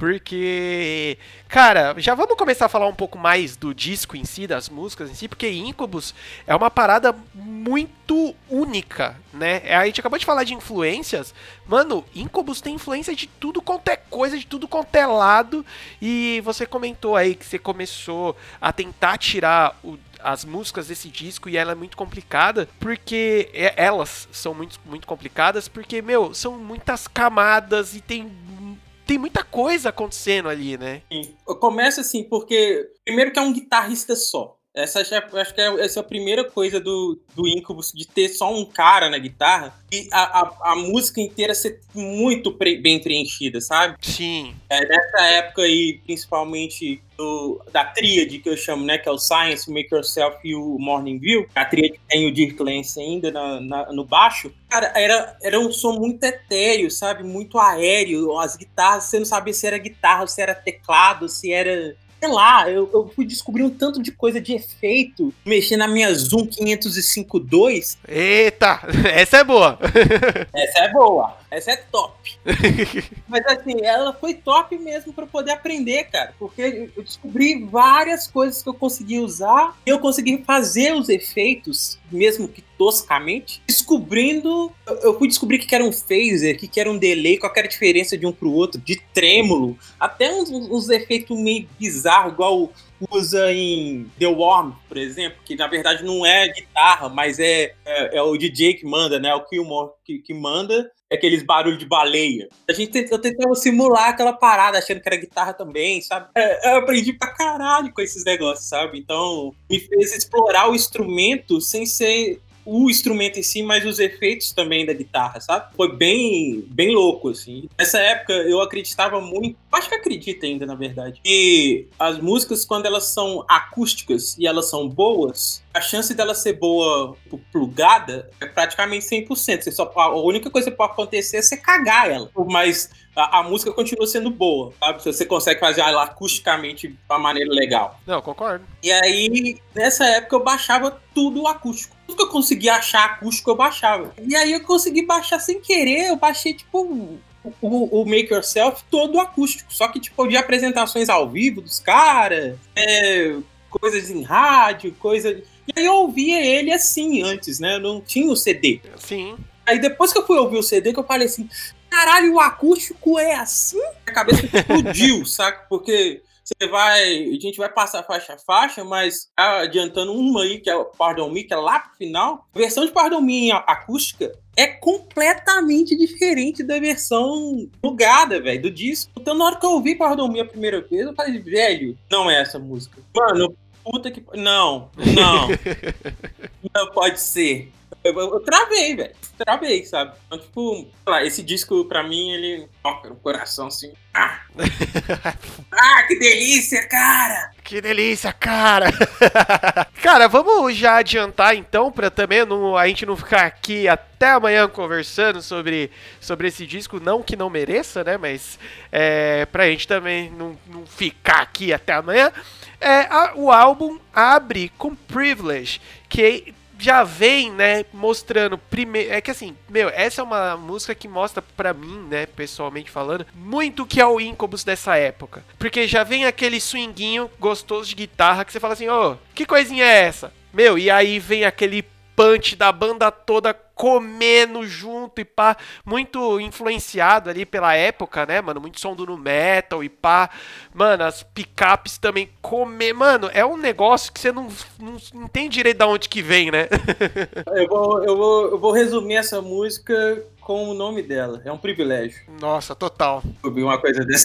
Porque, cara, já vamos começar a falar um pouco mais do disco em si, das músicas em si. Porque Incubus é uma parada muito única, né? A gente acabou de falar de influências. Mano, Incubus tem influência de tudo quanto é coisa, de tudo quanto é lado. E você comentou aí que você começou a tentar tirar o as músicas desse disco e ela é muito complicada porque elas são muito, muito complicadas porque, meu, são muitas camadas e tem, tem muita coisa acontecendo ali, né? Sim. Começa assim, porque primeiro que é um guitarrista só. Essa já, acho que é, essa é a primeira coisa do, do Incubus, de ter só um cara na guitarra e a, a, a música inteira ser muito pre, bem preenchida, sabe? Sim. É, nessa época aí, principalmente do, da tríade que eu chamo, né? Que é o Science, o Make Yourself e o Morning View. A tríade que tem o Dirk Lance ainda na, na, no baixo. Cara, era, era um som muito etéreo, sabe? Muito aéreo. As guitarras, você não sabia se era guitarra, se era teclado, se era... Sei lá, eu, eu fui descobrir um tanto de coisa de efeito, mexendo na minha Zoom quinhentos e cinco dois. Eita, essa é boa. Essa é boa, essa é top. Mas assim, ela foi top mesmo pra eu poder aprender, cara. Porque eu descobri várias coisas que eu consegui usar e eu consegui fazer os efeitos, mesmo que toscamente, descobrindo... Eu fui descobrir que era um phaser, que era um delay, qual era a diferença de um pro outro, de trêmulo, até uns, uns efeitos meio bizarros, igual usa em The Worm, por exemplo, que na verdade não é guitarra, mas é, é, é o D J que manda, né? O Kilmore que, que manda, é aqueles barulhos de baleia. A gente tentou, eu tentava simular aquela parada, achando que era guitarra também, sabe? É, eu aprendi pra caralho com esses negócios, sabe? Então, me fez explorar o instrumento sem ser o instrumento em si, mas os efeitos também da guitarra, sabe? Foi bem, bem louco, assim. Nessa época, eu acreditava muito, acho que acredito ainda, na verdade, que as músicas, quando elas são acústicas e elas são boas, a chance dela ser boa plugada é praticamente cem por cento. Você só, a única coisa que pode acontecer é você cagar ela. Mas a, a música continua sendo boa, sabe? Você consegue fazer ela acusticamente de uma maneira legal. Não, concordo. E aí, nessa época, eu baixava tudo acústico. tudo que eu conseguia achar acústico, eu baixava. E aí eu consegui baixar sem querer, eu baixei, tipo, o, o, o Make Yourself todo acústico. Só que, tipo, de apresentações ao vivo dos caras, é, coisas em rádio, coisa... E aí eu ouvia ele assim antes, né? Eu não tinha o C D. Sim. Aí depois que eu fui ouvir o C D, que eu falei assim, caralho, o acústico é assim? A cabeça explodiu, saca? Porque você vai, a gente vai passar faixa a faixa, mas tá adiantando uma aí, que é o Pardon Me, que é lá pro final, a versão de Pardon Me em acústica é completamente diferente da versão plugada, velho, do disco. Então na hora que eu ouvi Pardon Me a primeira vez, eu falei, velho, não é essa música. Mano, puta que... Não, não. Não pode ser. Eu, eu, eu travei, velho. Travei, sabe? Então, tipo, sei lá, esse disco, pra mim, ele toca no coração, assim. Ah! Ah, que delícia, cara! Que delícia, cara! Cara, vamos já adiantar, então, pra também não, a gente não ficar aqui até amanhã conversando sobre, sobre esse disco. Não que não mereça, né? Mas é, pra gente também não, não ficar aqui até amanhã. É, a, o álbum abre com Privilege, que já vem, né, mostrando primeiro... É que assim, meu, essa é uma música que mostra pra mim, né, pessoalmente falando, muito o que é o Incubus dessa época. Porque já vem aquele swinguinho gostoso de guitarra que você fala assim, ô, oh, que coisinha é essa? Meu, e aí vem aquele punch da banda toda comendo junto e pá, muito influenciado ali pela época, né, mano, muito som do nu metal e pá, mano, as picapes também comer, mano, é um negócio que você não, não, não tem direito de onde que vem, né? eu, vou, eu, vou, eu vou resumir essa música com o nome dela, é um privilégio. Nossa, total. Ouvir uma coisa dessa.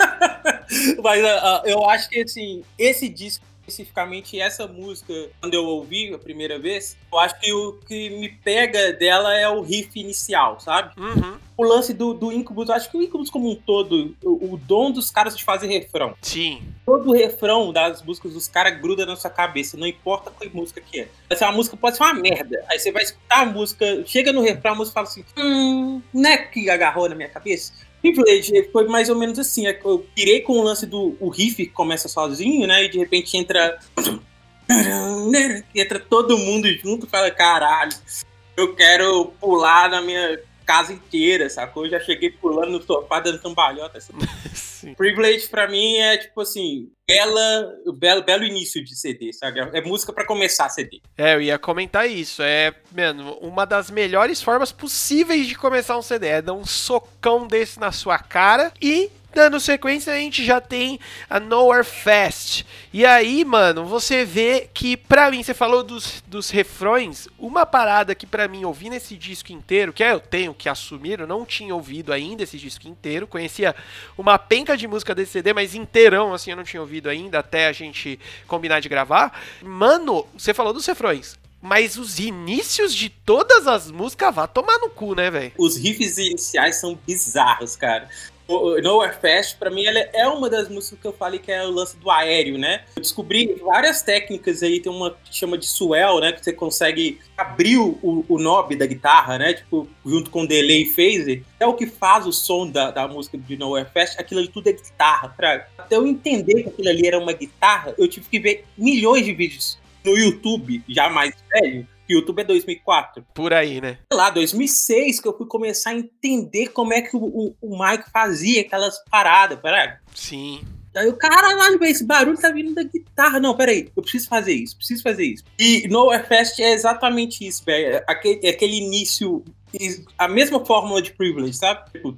Mas uh, eu acho que, assim, esse disco, especificamente essa música, quando eu ouvi a primeira vez, eu acho que o que me pega dela é o riff inicial, sabe? Uhum. O lance do, do Incubus, eu acho que o Incubus como um todo, o, o dom dos caras de fazer refrão. Sim. Todo o refrão das músicas dos caras gruda na sua cabeça, não importa qual música que é. Essa é uma música pode ser uma merda. Aí você vai escutar a música, chega no refrão, a música fala assim, hum, não é que agarrou na minha cabeça? Privilege foi mais ou menos assim, eu tirei com o lance do o riff que começa sozinho, né, e de repente entra entra todo mundo junto e fala, caralho, eu quero pular na minha casa inteira, sacou? Eu já cheguei pulando no sofá dando cambalhota. Privilege pra mim é tipo assim, bela, belo, belo início de C D, sabe? É música pra começar C D. É, eu ia comentar isso. É, mano, uma das melhores formas possíveis de começar um C D. É dar um socão desse na sua cara e... Dando sequência, a gente já tem a Nowhere Fast. E aí, mano, você vê que, pra mim, você falou dos, dos refrões, uma parada que pra mim, ouvindo esse disco inteiro, que eu tenho que assumir, eu não tinha ouvido ainda esse disco inteiro, conhecia uma penca de música desse C D, mas inteirão, assim, eu não tinha ouvido ainda, até a gente combinar de gravar. Mano, você falou dos refrões. Mas os inícios de todas as músicas, vá tomar no cu, né, velho? Os riffs iniciais são bizarros, cara. O Nowhere Fast, pra mim, ela é uma das músicas que eu falei que é o lance do aéreo, né? Eu descobri várias técnicas aí, tem uma que chama de swell, né? Que você consegue abrir o, o knob da guitarra, né? Tipo, junto com delay e phaser. É o que faz o som da, da música de Nowhere Fast, aquilo ali tudo é guitarra. Pra, até eu entender que aquilo ali era uma guitarra, eu tive que ver milhões de vídeos no YouTube, já mais velho. O YouTube é dois mil e quatro. Por aí, né? Sei lá, dois mil e seis que eu fui começar a entender como é que o, o, o Mike fazia aquelas paradas, peraí. Sim. Aí o caralho, esse barulho tá vindo da guitarra. Não, peraí, eu preciso fazer isso, preciso fazer isso. E Nowhere Fast é exatamente isso, velho. Aquele, aquele início, a mesma fórmula de Privilege, sabe? Tipo...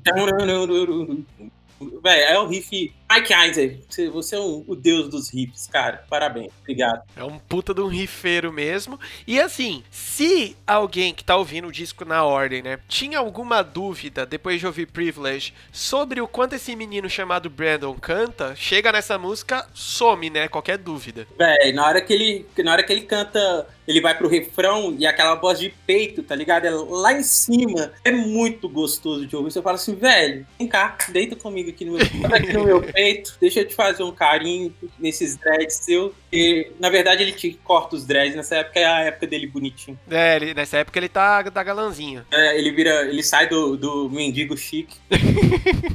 Véi, é o riff. Mike Einzer, você é um, o deus dos riffs, cara. Parabéns, obrigado. É um puta de um riffeiro mesmo. E assim, se alguém que tá ouvindo o disco na ordem, né, tinha alguma dúvida, depois de ouvir Privilege, sobre o quanto esse menino chamado Brandon canta, chega nessa música, some, né, qualquer dúvida. Véi, na hora que ele, na hora que ele canta, ele vai pro refrão e aquela voz de peito, tá ligado? É lá em cima. É muito gostoso de ouvir. Você fala assim, velho, vem cá, deita comigo aqui no meu, aqui no meu peito. Deixa eu te fazer um carinho nesses dreads seu. E, na verdade, ele te corta os dreads. Nessa época é a época dele bonitinho. É, ele, nessa época ele tá, tá galanzinho. É, ele vira. Ele sai do, do mendigo chique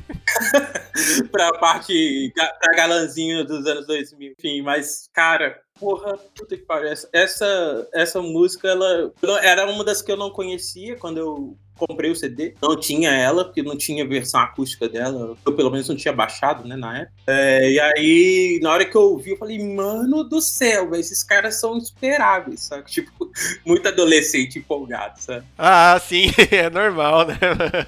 pra parte. Pra galanzinho dos anos dois mil. Enfim, mas, cara. Porra, puta que pariu. Essa, essa, essa música, ela era uma das que eu não conhecia quando eu comprei o C D. Não tinha ela, porque não tinha versão acústica dela. Eu, pelo menos, não tinha baixado, né, na época. É, e aí, na hora que eu ouvi, eu falei, mano do céu, véio, esses caras são insuperáveis, sabe? Tipo, muito adolescente empolgado, sabe? Ah, sim, é normal, né?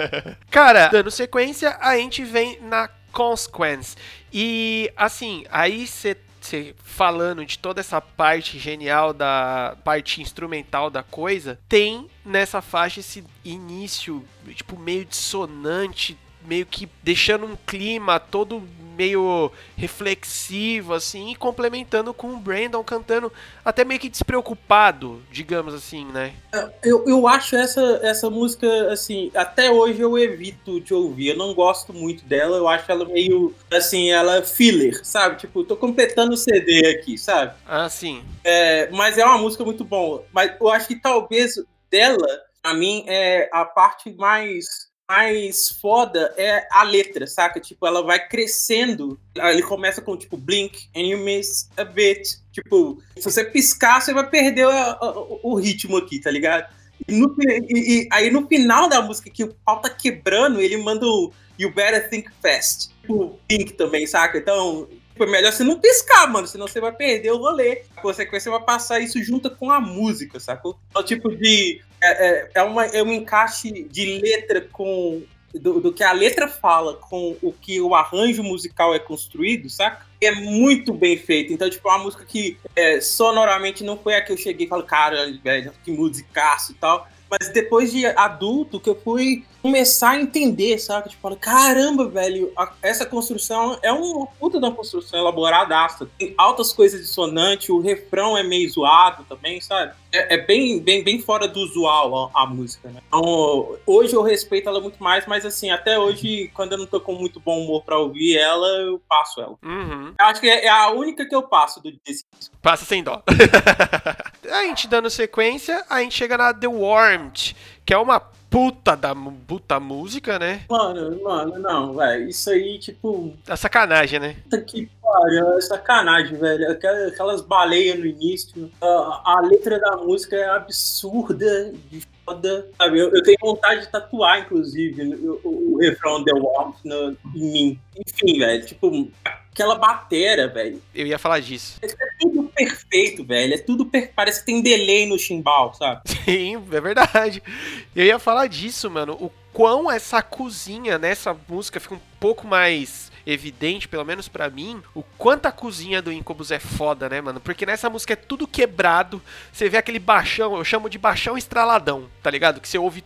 Cara, dando sequência, a gente vem na Consequence. E, assim, aí você falando de toda essa parte genial da parte instrumental da coisa, tem nessa faixa esse início, tipo, meio dissonante, meio que deixando um clima todo meio reflexivo, assim, e complementando com o Brandon cantando até meio que despreocupado, digamos assim, né? Eu, eu acho essa, essa música, assim, até hoje eu evito de ouvir, eu não gosto muito dela, eu acho ela meio, assim, ela filler, sabe? Tipo, tô completando o C D aqui, sabe? Ah, sim. É, mas é uma música muito boa, mas eu acho que talvez dela, pra mim, é a parte mais... mais foda é a letra, saca? Tipo, ela vai crescendo. Ele começa com, tipo, blink and you miss a bit. Tipo, se você piscar, você vai perder o, o, o ritmo aqui, tá ligado? E, no, e, e aí no final da música, que o pau tá quebrando, ele manda o You Better Think Fast. Tipo, blink também, saca? Então... é melhor você não piscar, mano, senão você vai perder o rolê. A consequência vai passar isso junto com a música, sacou? É o tipo de... É, é, é, uma, é um encaixe de letra com... Do, do que a letra fala com o que o arranjo musical é construído, saca? É muito bem feito. Então, tipo, é uma música que é, sonoramente não foi a que eu cheguei e falei, cara, velho, que musicaço e tal. Mas depois de adulto que eu fui começar a entender, sabe? Tipo, caramba, velho, a, essa construção é uma puta de uma construção elaboradaça. Tem altas coisas dissonantes, o refrão é meio zoado também, sabe? É, é bem, bem, bem fora do usual a, a música, né? Então, hoje eu respeito ela muito mais, mas assim, até hoje, quando eu não tô com muito bom humor pra ouvir ela, eu passo ela. Uhum. Eu acho que é a única que eu passo do disco. Passa sem dó. A gente dando sequência, a gente chega na The Warmth, que é uma puta da puta música, né? Mano, mano, não, velho. Isso aí, tipo. É sacanagem, né? Puta que pariu, é sacanagem, velho. Aquelas baleias no início. A, a letra da música é absurda, de foda. Sabe? Eu, eu tenho vontade de tatuar, inclusive, o, o, o refrão The Warmth no, em mim. Enfim, velho. Tipo, aquela batera, velho. Eu ia falar disso. É, é tudo perfeito, velho. É tudo per... Parece que tem delay no chimbal, sabe? Sim, é verdade. Eu ia falar disso, mano. O quão essa cozinha nessa música fica um pouco mais evidente, pelo menos pra mim, o quanto a cozinha do Incubus é foda, né, mano? Porque nessa música é tudo quebrado. Você vê aquele baixão, eu chamo de baixão estraladão, tá ligado? Que você ouve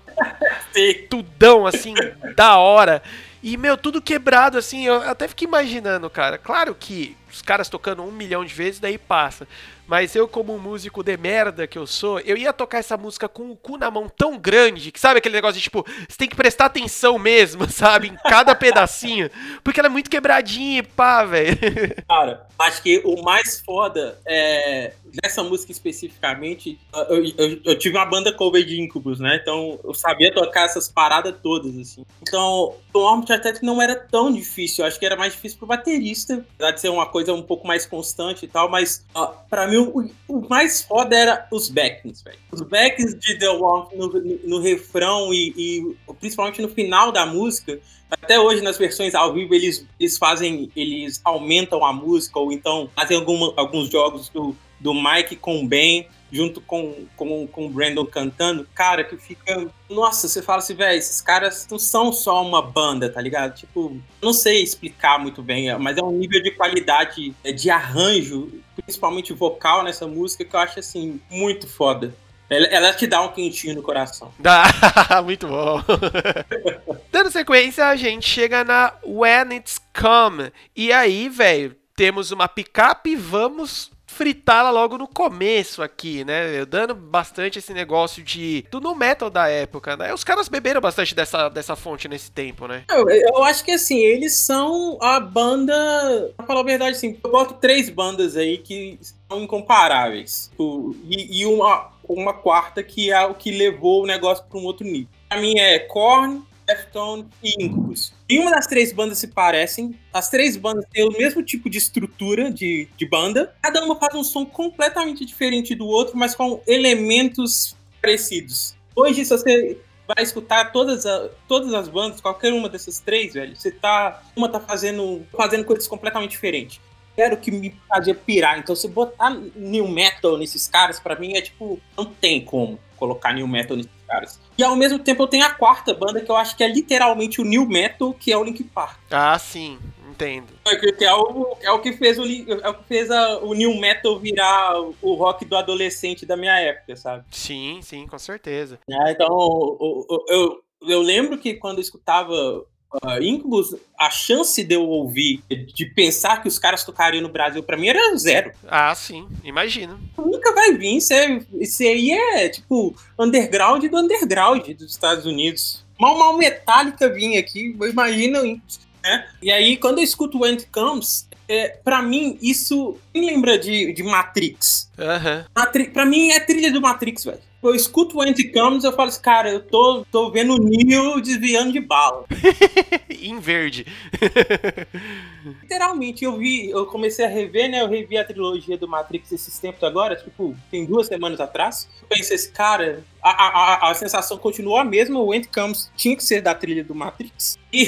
tudão, assim, da hora. E, meu, tudo quebrado, assim, eu até fiquei imaginando, cara. Claro que os caras tocando um milhão de vezes, daí passa. Mas eu, como um músico de merda que eu sou, eu ia tocar essa música com o cu na mão tão grande, que sabe aquele negócio de, tipo, você tem que prestar atenção mesmo, sabe? Em cada pedacinho. Porque ela é muito quebradinha e pá, velho. Cara, acho que o mais foda é... Nessa música especificamente, eu, eu, eu tive uma banda cover de Incubus, né? Então eu sabia tocar essas paradas todas, assim. Então, o Warmth até que não era tão difícil. Eu acho que era mais difícil pro baterista, apesar de ser uma coisa um pouco mais constante e tal, mas ó, pra mim o, o mais foda era os backings, velho. Os backings de The Warmth no, no, no refrão e, e principalmente no final da música. Até hoje, nas versões ao vivo, eles, eles fazem, eles aumentam a música, ou então fazem alguma, alguns jogos do, do Mike com o Ben, junto com, com, com o Brandon cantando. Cara, que fica... Nossa, você fala assim, velho, esses caras não são só uma banda, tá ligado? Tipo, não sei explicar muito bem, mas é um nível de qualidade de arranjo, principalmente vocal nessa música, que eu acho, assim, muito foda. Ela, ela te dá um quentinho no coração. Dá, muito bom. Dando sequência, a gente chega na When It's Come. E aí, velho, temos uma picape e vamos fritá-la logo no começo aqui, né? Eu dando bastante esse negócio de do nu metal da época, né? Os caras beberam bastante dessa, dessa fonte nesse tempo, né? Eu, eu acho que, assim, eles são a banda... Pra falar a verdade, assim, eu boto três bandas aí que são incomparáveis. E, e uma... uma quarta que é o que levou o negócio para um outro nível. Pra mim é Korn, Deftones e Incubus. Nenhuma das três bandas se parecem. As três bandas têm o mesmo tipo de estrutura de, de banda. Cada uma faz um som completamente diferente do outro, mas com elementos parecidos. Hoje, se você vai escutar todas, a, todas as bandas, qualquer uma dessas três, velho, você tá... Uma tá fazendo, fazendo coisas completamente diferentes. Era o que me fazia pirar. Então, se botar new metal nesses caras, pra mim é tipo... Não tem como colocar new metal nesses caras. E ao mesmo tempo eu tenho a quarta banda, que eu acho que é literalmente o new metal, que é o Linkin Park. Ah, sim. Entendo. Que é o, é o que fez, o, é o, que fez a, o new metal virar o rock do adolescente da minha época, sabe? Sim, sim, com certeza. É, então, eu, eu, eu, eu lembro que quando eu escutava uh, Incubus, a chance de eu ouvir, de pensar que os caras tocariam no Brasil, pra mim era zero. Ah, sim, imagino. Nunca vai vir, isso, é, isso aí é tipo underground do underground dos Estados Unidos. Mal, mal Metallica vinha aqui, imagina isso. Né? E aí, quando eu escuto When It Comes, é, pra mim, isso me lembra de, de Matrix. Uhum. Matri- pra mim, é trilha do Matrix, velho. Eu escuto When It Comes, eu falo assim, cara, eu tô, tô vendo o Neo desviando de bala. Em verde. Literalmente, eu vi, eu comecei a rever, né? Eu revi a trilogia do Matrix esses tempos agora, tipo, tem duas semanas atrás. Eu pensei assim, cara, a, a, a, a sensação continuou a mesma, o When It Comes tinha que ser da trilha do Matrix. E...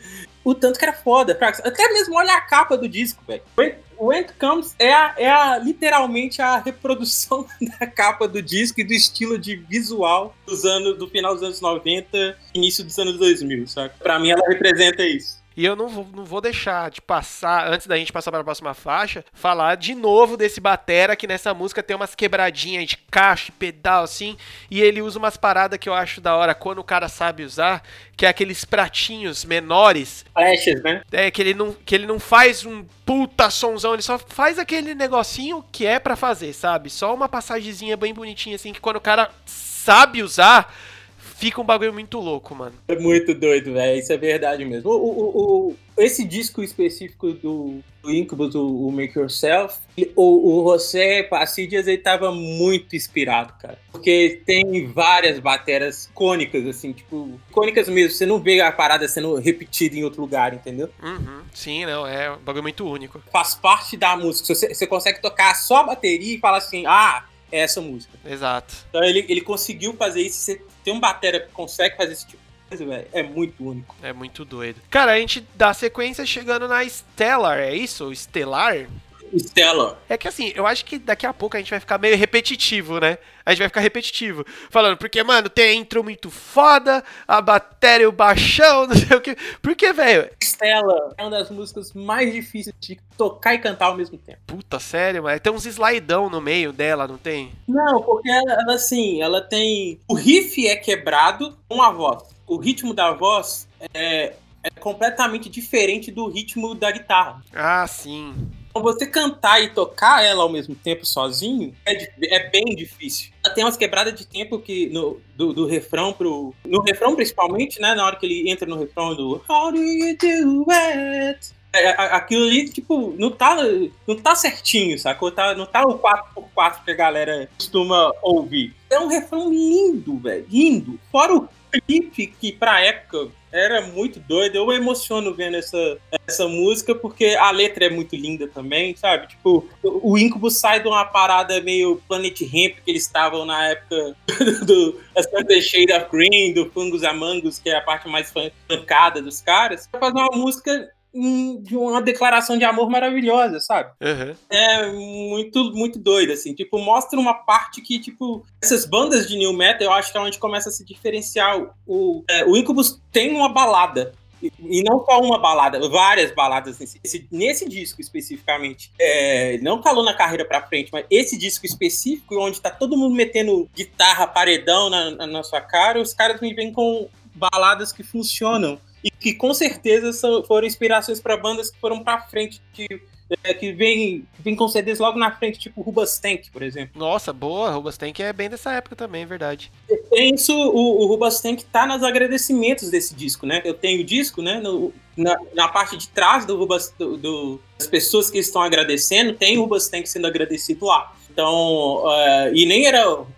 o tanto que era foda. Até mesmo olha a capa do disco, velho. When It Comes é, a, é a, literalmente a reprodução da capa do disco e do estilo de visual dos anos, do final dos anos noventa, início dos anos dois mil, sabe? Pra mim ela representa isso. E eu não vou, não vou deixar de passar, antes da gente passar para a próxima faixa, falar de novo desse batera, que nessa música tem umas quebradinhas de caixa, pedal, assim, e ele usa umas paradas que eu acho da hora quando o cara sabe usar, que é aqueles pratinhos menores. Flashes, né? É, que ele não, que ele não faz um puta sonzão, ele só faz aquele negocinho que é pra fazer, sabe? Só uma passagemzinha bem bonitinha, assim, que quando o cara sabe usar... fica um bagulho muito louco, mano. É muito doido, velho. Isso é verdade mesmo. O, o, o, esse disco específico do, do Incubus, o, o Make Yourself, o, o José Pacidias, ele tava muito inspirado, cara. Porque tem várias bateras icônicas, assim, tipo... icônicas mesmo. Você não vê a parada sendo repetida em outro lugar, entendeu? Uhum. Sim, não. É um bagulho muito único. Faz parte da música. Você, você consegue tocar só a bateria e falar assim, ah... é essa música. Exato. Então ele, ele conseguiu fazer isso. Você tem um batera que consegue fazer esse tipo de coisa, velho, é muito único. É muito doido. Cara, a gente dá sequência chegando na Stellar, é isso? Estelar? Stellar. É que assim, eu acho que daqui a pouco a gente vai ficar meio repetitivo, né? A gente vai ficar repetitivo. Falando, porque, mano, tem a intro muito foda, a bateria, o baixão, não sei o que. Porque, velho... Stellar é uma das músicas mais difíceis de tocar e cantar ao mesmo tempo. Puta, sério, mas tem uns slidão no meio dela, não tem? Não, porque ela, ela assim, ela tem... o riff é quebrado com a voz. O ritmo da voz é, é completamente diferente do ritmo da guitarra. Ah, sim. Então você cantar e tocar ela ao mesmo tempo sozinho é, é bem difícil. Ela tem umas quebradas de tempo que no, do, do refrão pro... no refrão principalmente, né? Na hora que ele entra no refrão do How do you do it? É, aquilo ali, tipo, não tá, não tá certinho, sacou? Tá, não tá o quatro por quatro que a galera costuma ouvir. É um refrão lindo, velho. Lindo. Fora o clipe, que pra época era muito doido. Eu me emociono vendo essa, essa música, porque a letra é muito linda também, sabe? Tipo, o Incubus sai de uma parada meio Planet Hemp, que eles estavam na época do The Shade of Green, do Fungus Among Us, que é a parte mais pancada dos caras, pra fazer uma música de uma declaração de amor maravilhosa, sabe? Uhum. É muito, muito doido, assim. Tipo, mostra uma parte que, tipo, essas bandas de new metal, eu acho que é onde começa a se diferenciar. O, é, o Incubus tem uma balada. E, e não só uma balada, várias baladas nesse, esse, nesse disco especificamente. É, não calou na carreira pra frente, mas esse disco específico, onde tá todo mundo metendo guitarra, paredão na, na, na sua cara, os caras me vêm com baladas que funcionam. E que com certeza são, foram inspirações para bandas que foram para frente, que, é, que vem, vem com C Ds logo na frente, tipo Rubastank, por exemplo. Nossa, boa, Rubastank é bem dessa época também, é verdade. Tem isso, o, o Rubastank tá nos agradecimentos desse disco, né? Eu tenho o disco, né? No, na, na parte de trás do, do, do, das pessoas que estão agradecendo, tem o Rubastank sendo agradecido lá. Então, uh, e nem era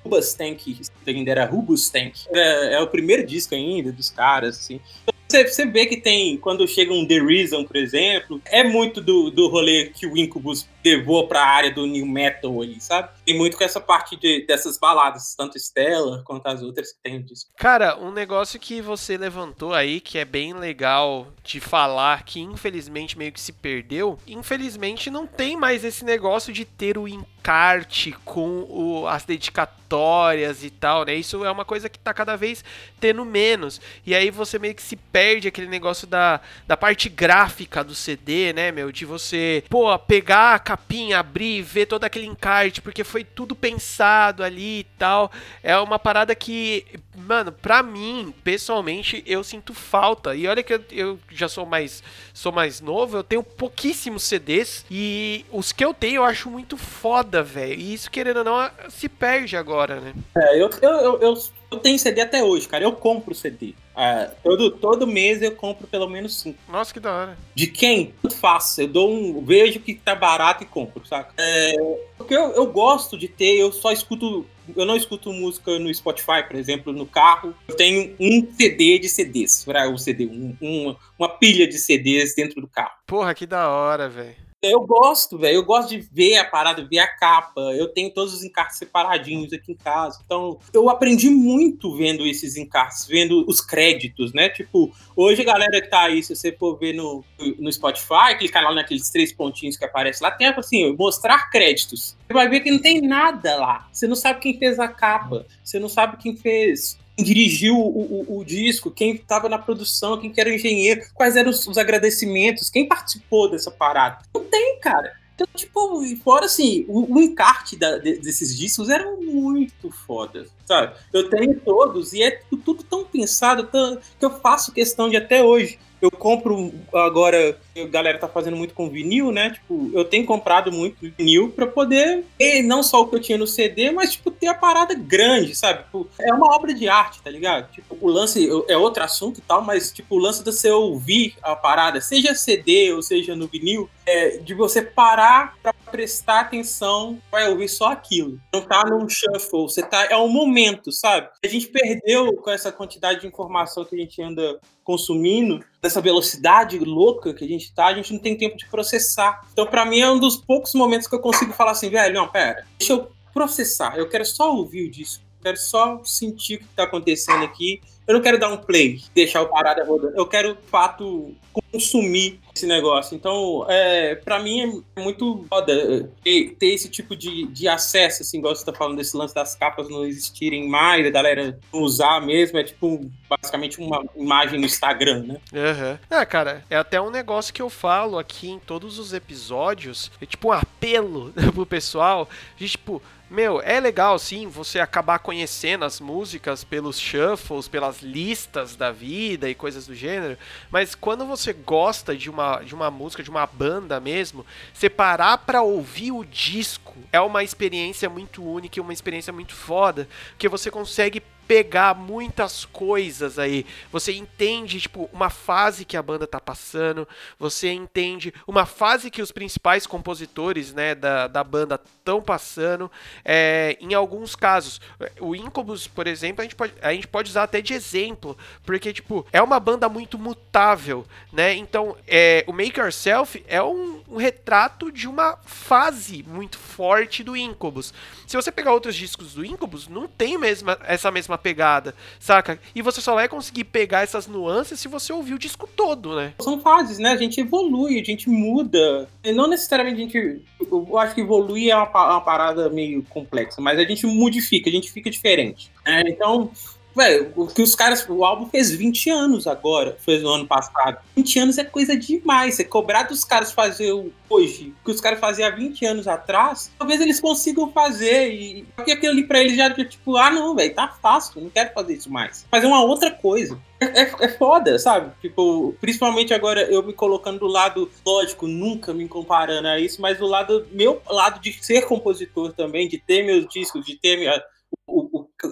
Rubastank, ainda era Rubastank. É, é o primeiro disco ainda dos caras, assim. Você, você vê que tem, quando chega um The Reason, por exemplo, é muito do, do rolê que o Incubus levou pra área do new metal ali, sabe? Tem muito com essa parte de, dessas baladas, tanto Stellar quanto as outras que tem no disco. Cara, um negócio que você levantou aí, que é bem legal de falar, que infelizmente meio que se perdeu, infelizmente não tem mais esse negócio de ter o encarte com o, as dedicatórias e tal, né? Isso é uma coisa que tá cada vez tendo menos. E aí você meio que se perde aquele negócio da, da parte gráfica do C D, né, meu? De você, pô, pegar a capinha, abrir, ver todo aquele encarte, porque foi tudo pensado ali e tal. É uma parada que, mano, pra mim, pessoalmente, eu sinto falta. E olha que eu, eu já sou mais, sou mais novo, eu tenho pouquíssimos C Ds e os que eu tenho eu acho muito foda, velho. E isso, querendo ou não, se perde agora, né? É, eu, eu, eu, eu, eu tenho C D até hoje, cara. Eu compro C D. É, todo, todo mês eu compro pelo menos cinco. Nossa, que da hora. De quem? Eu faço. Eu dou um. Vejo que tá barato e compro, saca? É, porque eu, eu gosto de ter, eu só escuto. Eu não escuto música no Spotify, por exemplo, no carro. Eu tenho um C D de C Ds. Um C D, um, um, uma pilha de C Ds dentro do carro. Porra, que da hora, velho. Eu gosto, velho. Eu gosto de ver a parada, ver a capa. Eu tenho todos os encartes separadinhos aqui em casa. Então, eu aprendi muito vendo esses encartes, vendo os créditos, né? Tipo, hoje a galera que tá aí, se você for ver no, no Spotify, clicar lá naqueles três pontinhos que aparecem lá, tem assim, mostrar créditos. Você vai ver que não tem nada lá. Você não sabe quem fez a capa. Você não sabe quem fez... Quem dirigiu o, o, o disco, quem estava na produção, quem que era o engenheiro, quais eram os, os agradecimentos, quem participou dessa parada. Não tem, cara. Então, tipo, fora assim, o, o encarte da, de, desses discos era muito foda, sabe? Eu tenho todos e é tudo, tudo tão pensado tão, que eu faço questão de até hoje. Eu compro agora, a galera tá fazendo muito com vinil, né? Tipo, eu tenho comprado muito vinil pra poder ter não só o que eu tinha no C D, mas, tipo, ter a parada grande, sabe? Tipo, é uma obra de arte, tá ligado? Tipo, o lance é outro assunto e tal, mas, tipo, o lance de você ouvir a parada, seja C D ou seja no vinil, é de você parar pra prestar atenção, vai ouvir só aquilo. Não tá num shuffle, você tá... É um momento, sabe? A gente perdeu com essa quantidade de informação que a gente anda consumindo, dessa velocidade louca que a gente tá, a gente não tem tempo de processar. Então, pra mim, é um dos poucos momentos que eu consigo falar assim, velho, não, pera, deixa eu processar, eu quero só ouvir o disco, eu quero só sentir o que tá acontecendo aqui, eu não quero dar um play, deixar o parada rodando, eu quero, de fato, consumir esse negócio. Então, é, pra mim, é muito foda ter, ter esse tipo de, de acesso, assim, igual você tá falando desse lance das capas não existirem mais, a galera não usar mesmo, é tipo, basicamente uma imagem no Instagram, né? Uhum. Ah, cara, é até um negócio que eu falo aqui em todos os episódios, é tipo um apelo pro pessoal, de tipo... Meu, é legal sim você acabar conhecendo as músicas pelos shuffles, pelas listas da vida e coisas do gênero, mas quando você gosta de uma, de uma música, de uma banda mesmo, você parar pra ouvir o disco é uma experiência muito única e uma experiência muito foda, porque você consegue pegar muitas coisas aí. Você entende, tipo, uma fase que a banda tá passando, você entende uma fase que os principais compositores, né, da, da banda estão passando. É, em alguns casos, o Incubus, por exemplo, a gente, pode, a gente pode usar até de exemplo, porque, tipo, é uma banda muito mutável, né? Então, é, o Make Yourself é um, um retrato de uma fase muito forte do Incubus. Se você pegar outros discos do Incubus, não tem mesma, essa mesma pegada, saca? E você só vai conseguir pegar essas nuances se você ouvir o disco todo, né? São fases, né? A gente evolui, a gente muda. E não necessariamente a gente... Eu acho que evoluir é uma, uma parada meio complexa, mas a gente modifica, a gente fica diferente. É, então... Velho, o que os caras. O álbum fez vinte anos agora, fez no ano passado. vinte anos é coisa demais. Você cobrar dos caras fazer hoje o que os caras faziam há vinte anos atrás, talvez eles consigam fazer. E porque aquilo ali pra eles já, tipo, ah, não, velho, tá fácil, não quero fazer isso mais. Fazer uma outra coisa. É, é, é foda, sabe? Tipo, principalmente agora eu me colocando do lado, lógico, nunca me comparando a isso, mas do lado, meu lado de ser compositor também, de ter meus discos, de ter minha. O, o, o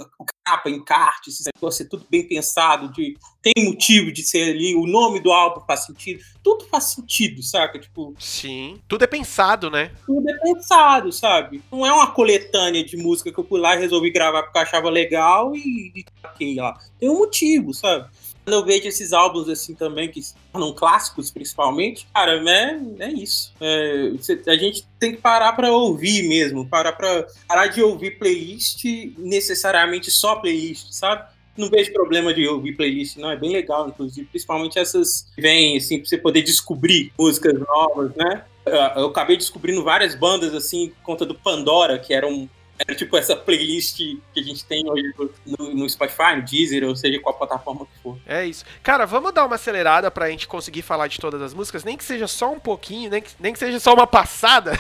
capa, encarte, esse negócio é tudo bem pensado, de, tem motivo de ser ali, o nome do álbum faz sentido, tudo faz sentido, saca? Tipo, sim, tudo é pensado, né? Tudo é pensado, sabe? Não é uma coletânea de música que eu fui lá e resolvi gravar porque eu achava legal e, e taquei lá. Tem um motivo, sabe? Quando eu vejo esses álbuns assim também, que se tornam clássicos principalmente, cara, é, é isso. É, a gente tem que parar pra ouvir mesmo, parar, pra, parar de ouvir playlist necessariamente só playlist, sabe? Não vejo problema de ouvir playlist, não, é bem legal, inclusive, principalmente essas que vêm, assim, pra você poder descobrir músicas novas, né? Eu acabei descobrindo várias bandas, assim, por conta do Pandora, que era um Era tipo essa playlist que a gente tem hoje no, no Spotify, no Deezer, ou seja, qual plataforma que for. É isso. Cara, vamos dar uma acelerada pra gente conseguir falar de todas as músicas, nem que seja só um pouquinho, nem que, nem que seja só uma passada.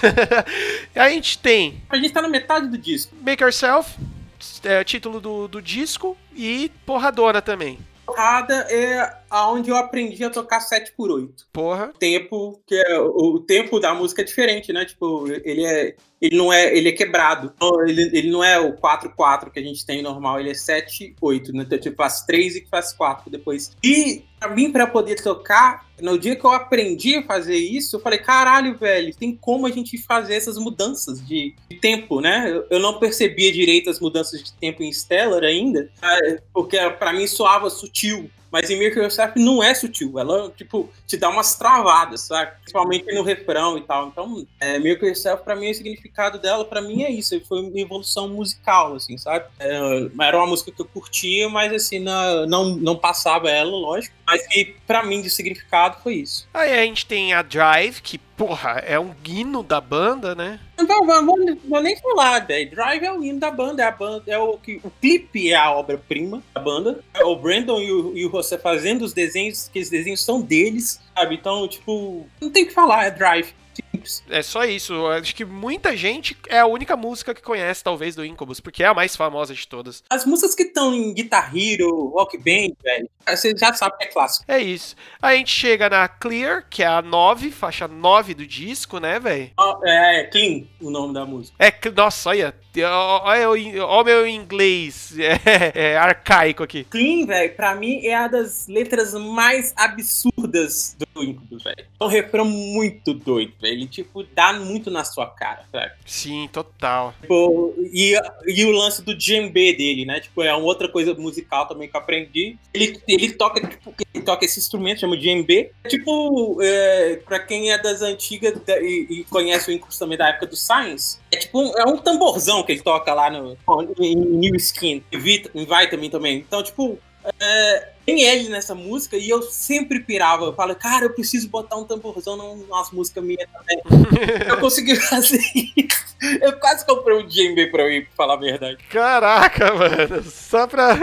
A gente tem... A gente tá na metade do disco. Make Yourself, é, título do, do disco, e Porradona também. Porrada é aonde eu aprendi a tocar sete por oito. Porra. Tempo, que é, o, o tempo da música é diferente, né? Tipo, ele é... Ele não é, ele é quebrado. Ele, ele não é o quatro quatro que a gente tem normal, ele é sete oito, né? Então, tipo, faz três e faz quatro depois. E pra mim, pra poder tocar, no dia que eu aprendi a fazer isso, eu falei, caralho, velho, tem como a gente fazer essas mudanças de, de tempo, né? Eu, eu não percebia direito as mudanças de tempo em Stellar ainda, porque pra mim soava sutil. Mas em Make Yourself não é sutil, ela, tipo, te dá umas travadas, sabe? Principalmente no refrão e tal. Então, é, Make Yourself, pra mim, o significado dela, pra mim, é isso. Foi uma evolução musical, assim, sabe? É, era uma música que eu curtia, mas, assim, não, não, não passava ela, lógico. Mas que, pra mim, de significado, foi isso. Aí a gente tem a Drive, que, porra, é um hino da banda, né? Não vou, vou, vou nem falar, velho. Drive é o hino da banda, é, a banda, é o que o clipe é a obra-prima da banda. É o Brandon e o, e o José fazendo os desenhos, que os desenhos são deles, sabe? Então, tipo, não tem o que falar, é Drive. Simples. É só isso. Eu acho que muita gente é a única música que conhece, talvez, do Incubus, porque é a mais famosa de todas. As músicas que estão em Guitar Hero, Rock Band, velho, você já sabe que é clássico. É isso. Aí a gente chega na Clear, que é a nove, faixa nove do disco, né, velho? Oh, é Clean, o nome da música. É, nossa, olha, olha o meu inglês é, é arcaico aqui. Clean, velho, pra mim é uma das letras mais absurdas do Incubus, velho. É um refrão muito doido, velho. Ele, tipo, dá muito na sua cara, sabe? Sim, total. Tipo, e, e o lance do djembe dele, né? Tipo, é uma outra coisa musical também que eu aprendi. Ele, ele toca, tipo, ele toca esse instrumento, chama djembe. Tipo, é, pra quem é das antigas e, e conhece o Incubus também da época do Science, é tipo um, é um tamborzão que ele toca lá no, em New Skin, em Vitamin também. Então, tipo, é, tem ele nessa música e eu sempre pirava. Eu falo, cara, eu preciso botar um tamborzão nas músicas minhas também. Eu consegui fazer isso. Eu quase comprei um djembe pra mim, pra falar a verdade. Caraca, mano. Só pra...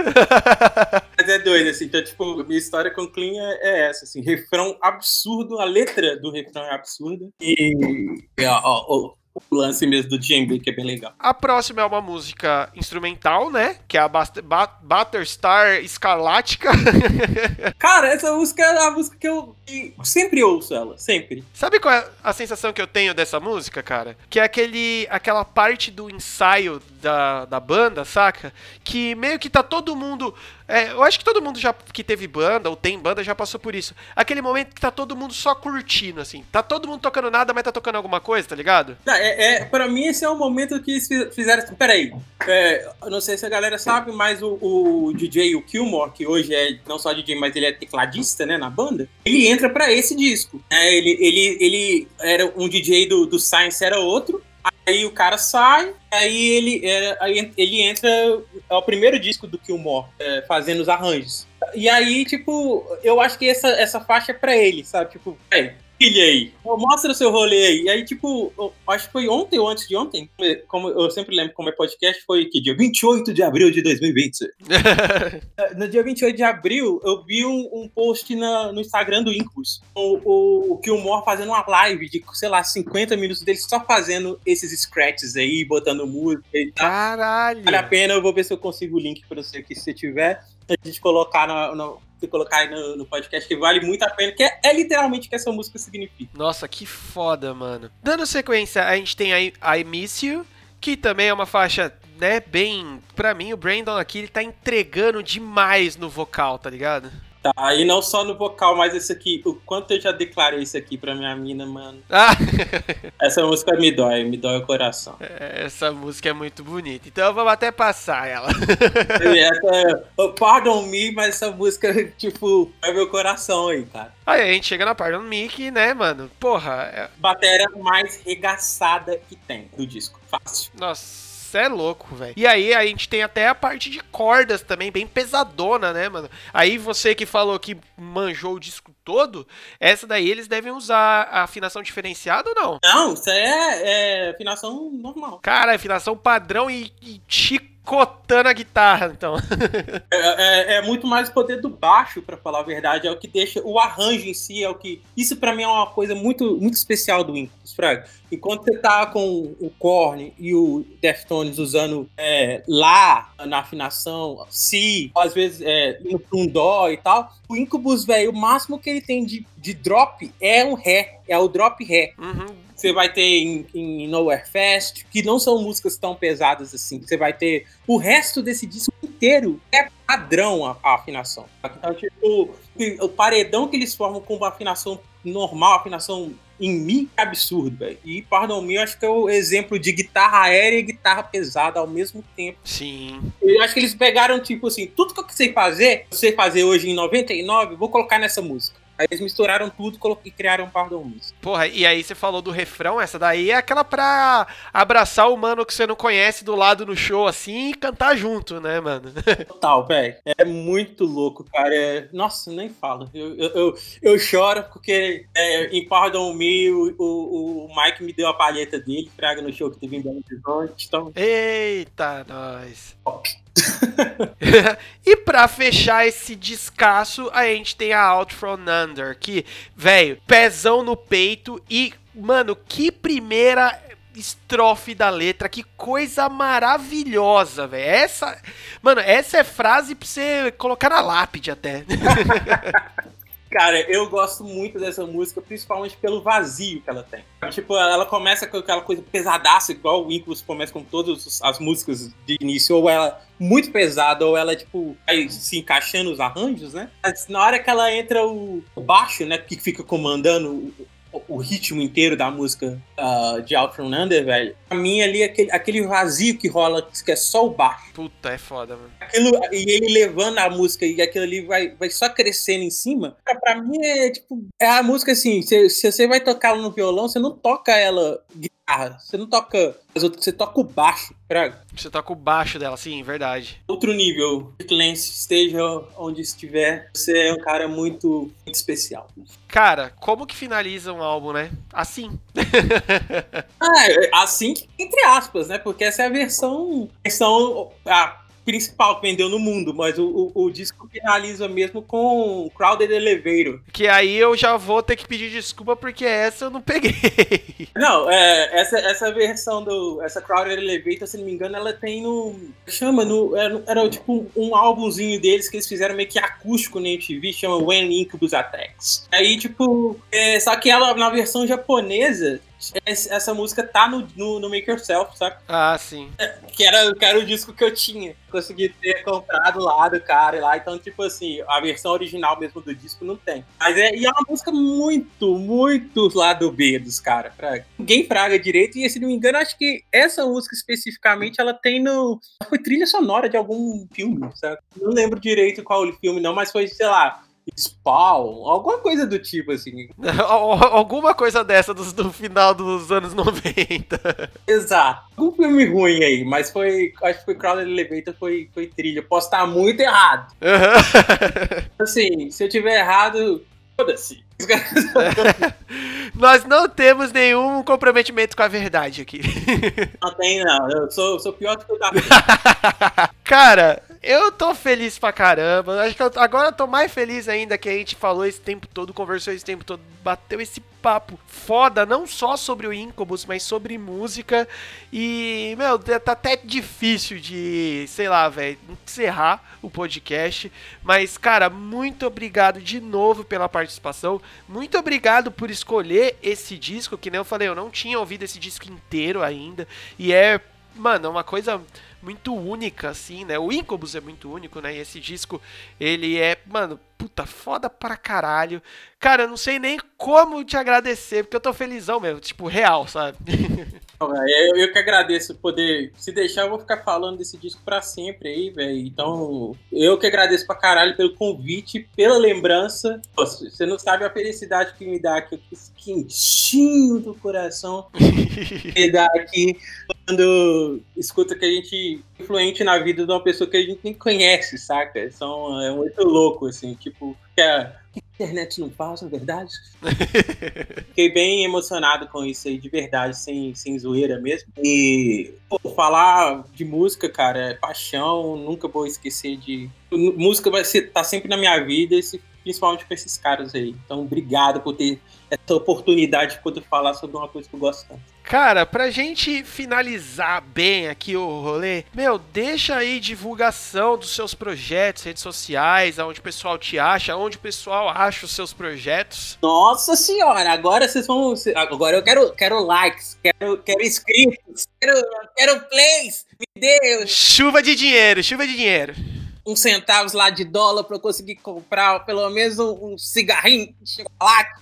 Mas é doido, assim. Então, tipo, minha história com Clean é, é essa, assim. Refrão absurdo. A letra do refrão é absurda. E, ó, ó, ó, o lance mesmo do djembe, que é bem legal. A próxima é uma música instrumental, né? Que é a Bast- Ba- Battlestar Escarlática. Cara, essa música é a música que eu que sempre ouço ela, sempre. Sabe qual é a sensação que eu tenho dessa música, cara? Que é aquele, aquela parte do ensaio da, da banda, saca? Que meio que tá todo mundo... É, eu acho que todo mundo já que teve banda ou tem banda já passou por isso. Aquele momento que tá todo mundo só curtindo, assim. Tá todo mundo tocando nada, mas tá tocando alguma coisa, tá ligado? É, é, pra mim, esse é o momento que eles fizeram assim. Peraí, é, eu não sei se a galera sabe, mas o, o D J, o Kilmore, que hoje é não só D J, mas ele é tecladista, né, na banda, ele entra pra esse disco. É, ele, ele, ele era um D J do, do Science, era outro. Aí o cara sai, aí ele, é, aí ele entra, é o primeiro disco do Kilmore, é, fazendo os arranjos. E aí, tipo, eu acho que essa, essa faixa é pra ele, sabe? Tipo, é, filha aí, mostra o seu rolê aí. E aí, tipo, eu acho que foi ontem ou antes de ontem, como eu sempre lembro como é podcast, foi que dia vinte e oito de abril de dois mil e vinte. No dia vinte e oito de abril, eu vi um, um post na, no Instagram do Incubus, o, o, o Kilmore fazendo uma live de, sei lá, cinquenta minutos dele só fazendo esses scratches aí, botando música e tal. Caralho! Vale a pena, eu vou ver se eu consigo o link pra você aqui, se você tiver, a gente colocar no... no colocar aí no, no podcast, que vale muito a pena, que é, é literalmente o que essa música significa. Nossa, que foda, mano. Dando sequência, a gente tem a I Miss You, que também é uma faixa né, bem... Pra mim, o Brandon aqui, ele tá entregando demais no vocal, tá ligado? Tá, e não só no vocal, mas esse aqui, o quanto eu já declarei isso aqui pra minha mina, mano. Ah! Essa música me dói, me dói o coração. Essa música é muito bonita, então vamos até passar ela. Essa, oh, pardon me, mas essa música, tipo, é meu coração aí, cara. Aí a gente chega na Pardon Me, que, né, mano, porra... É... Bateria mais regaçada que tem do disco, fácil. Nossa... Você é louco, velho. E aí a gente tem até a parte de cordas também, bem pesadona, né, mano? Aí você que falou que manjou o disco todo, essa daí eles devem usar a afinação diferenciada ou não? Não, isso é, é afinação normal. Cara, afinação padrão e, e chicotando a guitarra, então. é, é, é muito mais o poder do baixo, pra falar a verdade. É o que deixa o arranjo em si, é o que... Isso pra mim é uma coisa muito, muito especial do Incubus, Fraga. Enquanto você tá com o Korn e o Deftones usando é, Lá na afinação, Si, às vezes é, indo pra um Dó e tal, o Incubus, velho, o máximo que ele tem de, de drop é um Ré, é o drop Ré. Uhum. Você vai ter em, em Nowhere Fast, que não são músicas tão pesadas assim. Você vai ter o resto desse disco inteiro é padrão a, a afinação. Então, tipo, o, o paredão que eles formam com uma afinação normal, afinação em Mi, é absurdo, velho. E Pardon Me, eu acho que é o exemplo de guitarra aérea e guitarra pesada ao mesmo tempo. Sim. Eu acho que eles pegaram, tipo assim, tudo que eu sei fazer, eu sei fazer hoje em noventa e nove, vou colocar nessa música. Aí eles misturaram tudo e criaram um Pardon Me. Porra, e aí você falou do refrão, essa daí é aquela pra abraçar o mano que você não conhece do lado no show, assim, e cantar junto, né, mano? Total, velho. É muito louco, cara. É... Nossa, nem falo. Eu, eu, eu, eu choro porque é, em Pardon Me o, o, o Mike me deu a palheta dele, fraga no show que teve em Belo Horizonte. Então... Eita, nós. E pra fechar esse descasso, a gente tem a Out From Under, que, velho, pezão no peito e, mano, que primeira estrofe da letra, que coisa maravilhosa, velho. Essa, mano, essa é frase pra você colocar na lápide até. Cara, eu gosto muito dessa música, principalmente pelo vazio que ela tem. Tipo, ela começa com aquela coisa pesadaça, igual o Incubus começa com todas as músicas de início, ou ela muito pesada, ou ela, tipo, vai se encaixando os arranjos, né? Mas na hora que ela entra o baixo, né, que fica comandando o, o ritmo inteiro da música uh, de Out From Under, velho, pra mim ali, aquele, aquele vazio que rola, que é só o baixo. Puta, é foda, mano. Aquilo, e ele levando a música e aquilo ali vai, vai só crescendo em cima. Pra, pra mim é tipo. É a música assim: se, se você vai tocar ela no violão, você não toca ela guitarra. Você não toca as outras, você toca o baixo. Pra... Você toca o baixo dela, sim, verdade. Outro nível. Lance, esteja onde estiver, você é um cara muito, muito especial. Cara, como que finaliza um álbum, né? Assim. ah, assim, entre aspas, né? Porque essa é a versão. versão a principal que vendeu no mundo, mas o, o, o disco finaliza mesmo com Crowded Elevator. Que aí eu já vou ter que pedir desculpa porque essa eu não peguei. Não, é, essa, essa versão do. Essa Crowded Elevator, se não me engano, ela tem no. Chama, no, era, era tipo um álbumzinho deles que eles fizeram meio que acústico na M T V, chama When Incubus Attacks. Aí, tipo. É, só que ela, na versão japonesa. Essa música tá no, no, no Make Yourself, sabe? Ah, sim. É, que, era, que era o disco que eu tinha. Consegui ter comprado lá do cara lá. Então, tipo assim, a versão original mesmo do disco não tem. Mas é, e é uma música muito, muito lado B dos caras. Ninguém fraga direito. E se não me engano, acho que essa música especificamente, ela tem no... Foi trilha sonora de algum filme, sabe? Não lembro direito qual o filme não, mas foi, sei lá... Spawn, alguma coisa do tipo, assim. Alguma coisa dessa do, do final dos anos noventa. Exato. Um filme ruim aí, mas foi. Acho que foi Crowded Elevator, foi, foi trilha. Posso estar muito errado. Uhum. Assim, se eu tiver errado, foda-se. Nós não temos nenhum comprometimento com a verdade aqui. Não tem, não. Eu sou, sou pior do que o da. Cara, eu tô feliz pra caramba. Acho que eu, agora eu tô mais feliz ainda que a gente falou esse tempo todo, conversou esse tempo todo, bateu esse papo foda, não só sobre o Incubus, mas sobre música. E, meu, tá até difícil de, sei lá, velho, encerrar o podcast. Mas, cara, muito obrigado de novo pela participação. Muito obrigado por escolher esse disco, que nem eu falei, eu não tinha ouvido esse disco inteiro ainda. E é, mano, uma coisa muito única, assim, né? O Incubus é muito único, né? E esse disco, ele é, mano, puta, foda pra caralho. Cara, eu não sei nem como te agradecer, porque eu tô felizão mesmo, tipo, real, sabe? Eu, eu que agradeço poder. Se deixar, eu vou ficar falando desse disco pra sempre aí, velho. Então, eu que agradeço pra caralho pelo convite, pela lembrança. Nossa, você não sabe a felicidade que me dá aqui, esse quentinho do coração me dá aqui quando escuta que a gente é influente na vida de uma pessoa que a gente nem conhece, saca? São, é muito louco, assim, tipo, que a internet não faz, na verdade. Fiquei bem emocionado com isso aí, de verdade, sem, sem zoeira mesmo. E pô, falar de música, cara, é paixão, nunca vou esquecer de... Música vai ser, tá sempre na minha vida, esse, principalmente com esses caras aí. Então, obrigado por ter essa oportunidade de poder falar sobre uma coisa que eu gosto tanto. Cara, pra gente finalizar bem aqui o rolê, meu, deixa aí divulgação dos seus projetos, redes sociais, aonde o pessoal te acha, onde o pessoal acha os seus projetos. Nossa senhora, agora vocês vão... Agora eu quero, quero likes, quero, quero inscritos, quero, quero plays, me dê... Chuva de dinheiro, chuva de dinheiro. Uns centavos lá de dólar pra eu conseguir comprar pelo menos um, um cigarrinho de chocolate.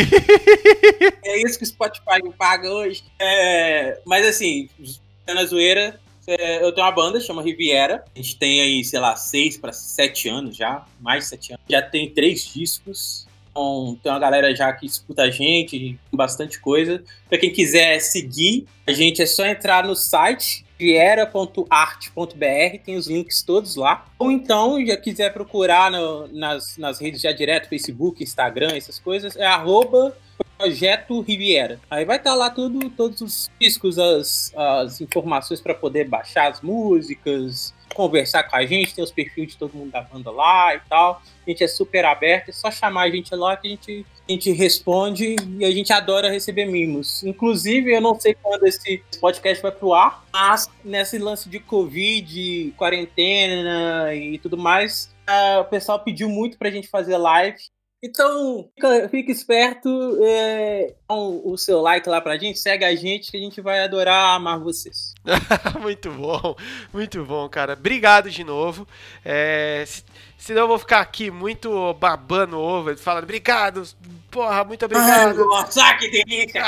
É isso que o Spotify me paga hoje. É, mas assim, na zoeira, é, eu tenho uma banda, chama Riviera. A gente tem aí, sei lá, seis para sete anos já, mais sete anos. Já tem três discos. Então, tem uma galera já que escuta a gente, bastante coisa. Pra quem quiser seguir, a gente é só entrar no site riviera ponto art ponto b r, tem os links todos lá. Ou então, já quiser procurar no, nas, nas redes já direto, Facebook, Instagram, essas coisas, é arroba Projeto Riviera. Aí vai estar lá tudo, todos os discos, as, as informações para poder baixar as músicas, conversar com a gente, tem os perfis de todo mundo da banda lá e tal. A gente é super aberto, é só chamar a gente lá que a gente, a gente responde e a gente adora receber mimos. Inclusive, eu não sei quando esse podcast vai pro ar, mas nesse lance de Covid, quarentena e tudo mais, uh, o pessoal pediu muito pra gente fazer live. Então, fica, fica esperto, é, o, o seu like lá pra gente, segue a gente que a gente vai adorar amar vocês. Muito bom, muito bom, cara. Obrigado de novo. É, se, senão eu vou ficar aqui muito babando ovo, falando obrigado, porra, muito obrigado. Ai, nossa, que delícia!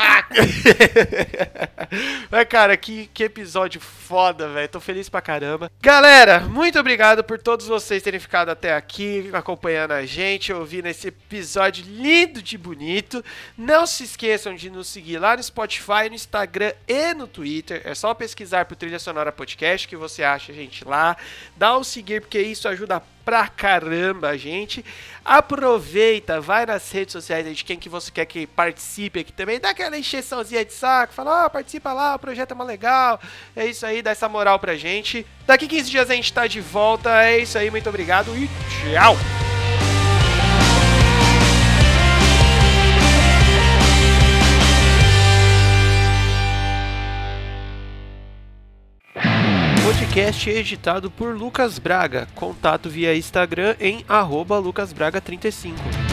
Mas, cara, que, que episódio foda, velho. Tô feliz pra caramba. Galera, muito obrigado por todos vocês terem ficado até aqui, acompanhando a gente, ouvindo esse episódio lindo de bonito. Não se esqueçam de nos seguir lá no Spotify, no Instagram e no Twitter. É só pesquisar pro Trilha Sonora Podcast que você acha a gente lá. Dá um seguir, porque isso ajuda pra caramba a gente. Aproveita, vai nas redes sociais de quem que você quer que participe aqui também, dá aquela encheçãozinha de saco, fala, ó, oh, participa lá, o projeto é mó legal, é isso aí, dá essa moral pra gente. Daqui quinze dias a gente tá de volta, é isso aí, muito obrigado e tchau! Podcast editado por Lucas Braga. Contato via Instagram em arroba lucas braga trinta e cinco.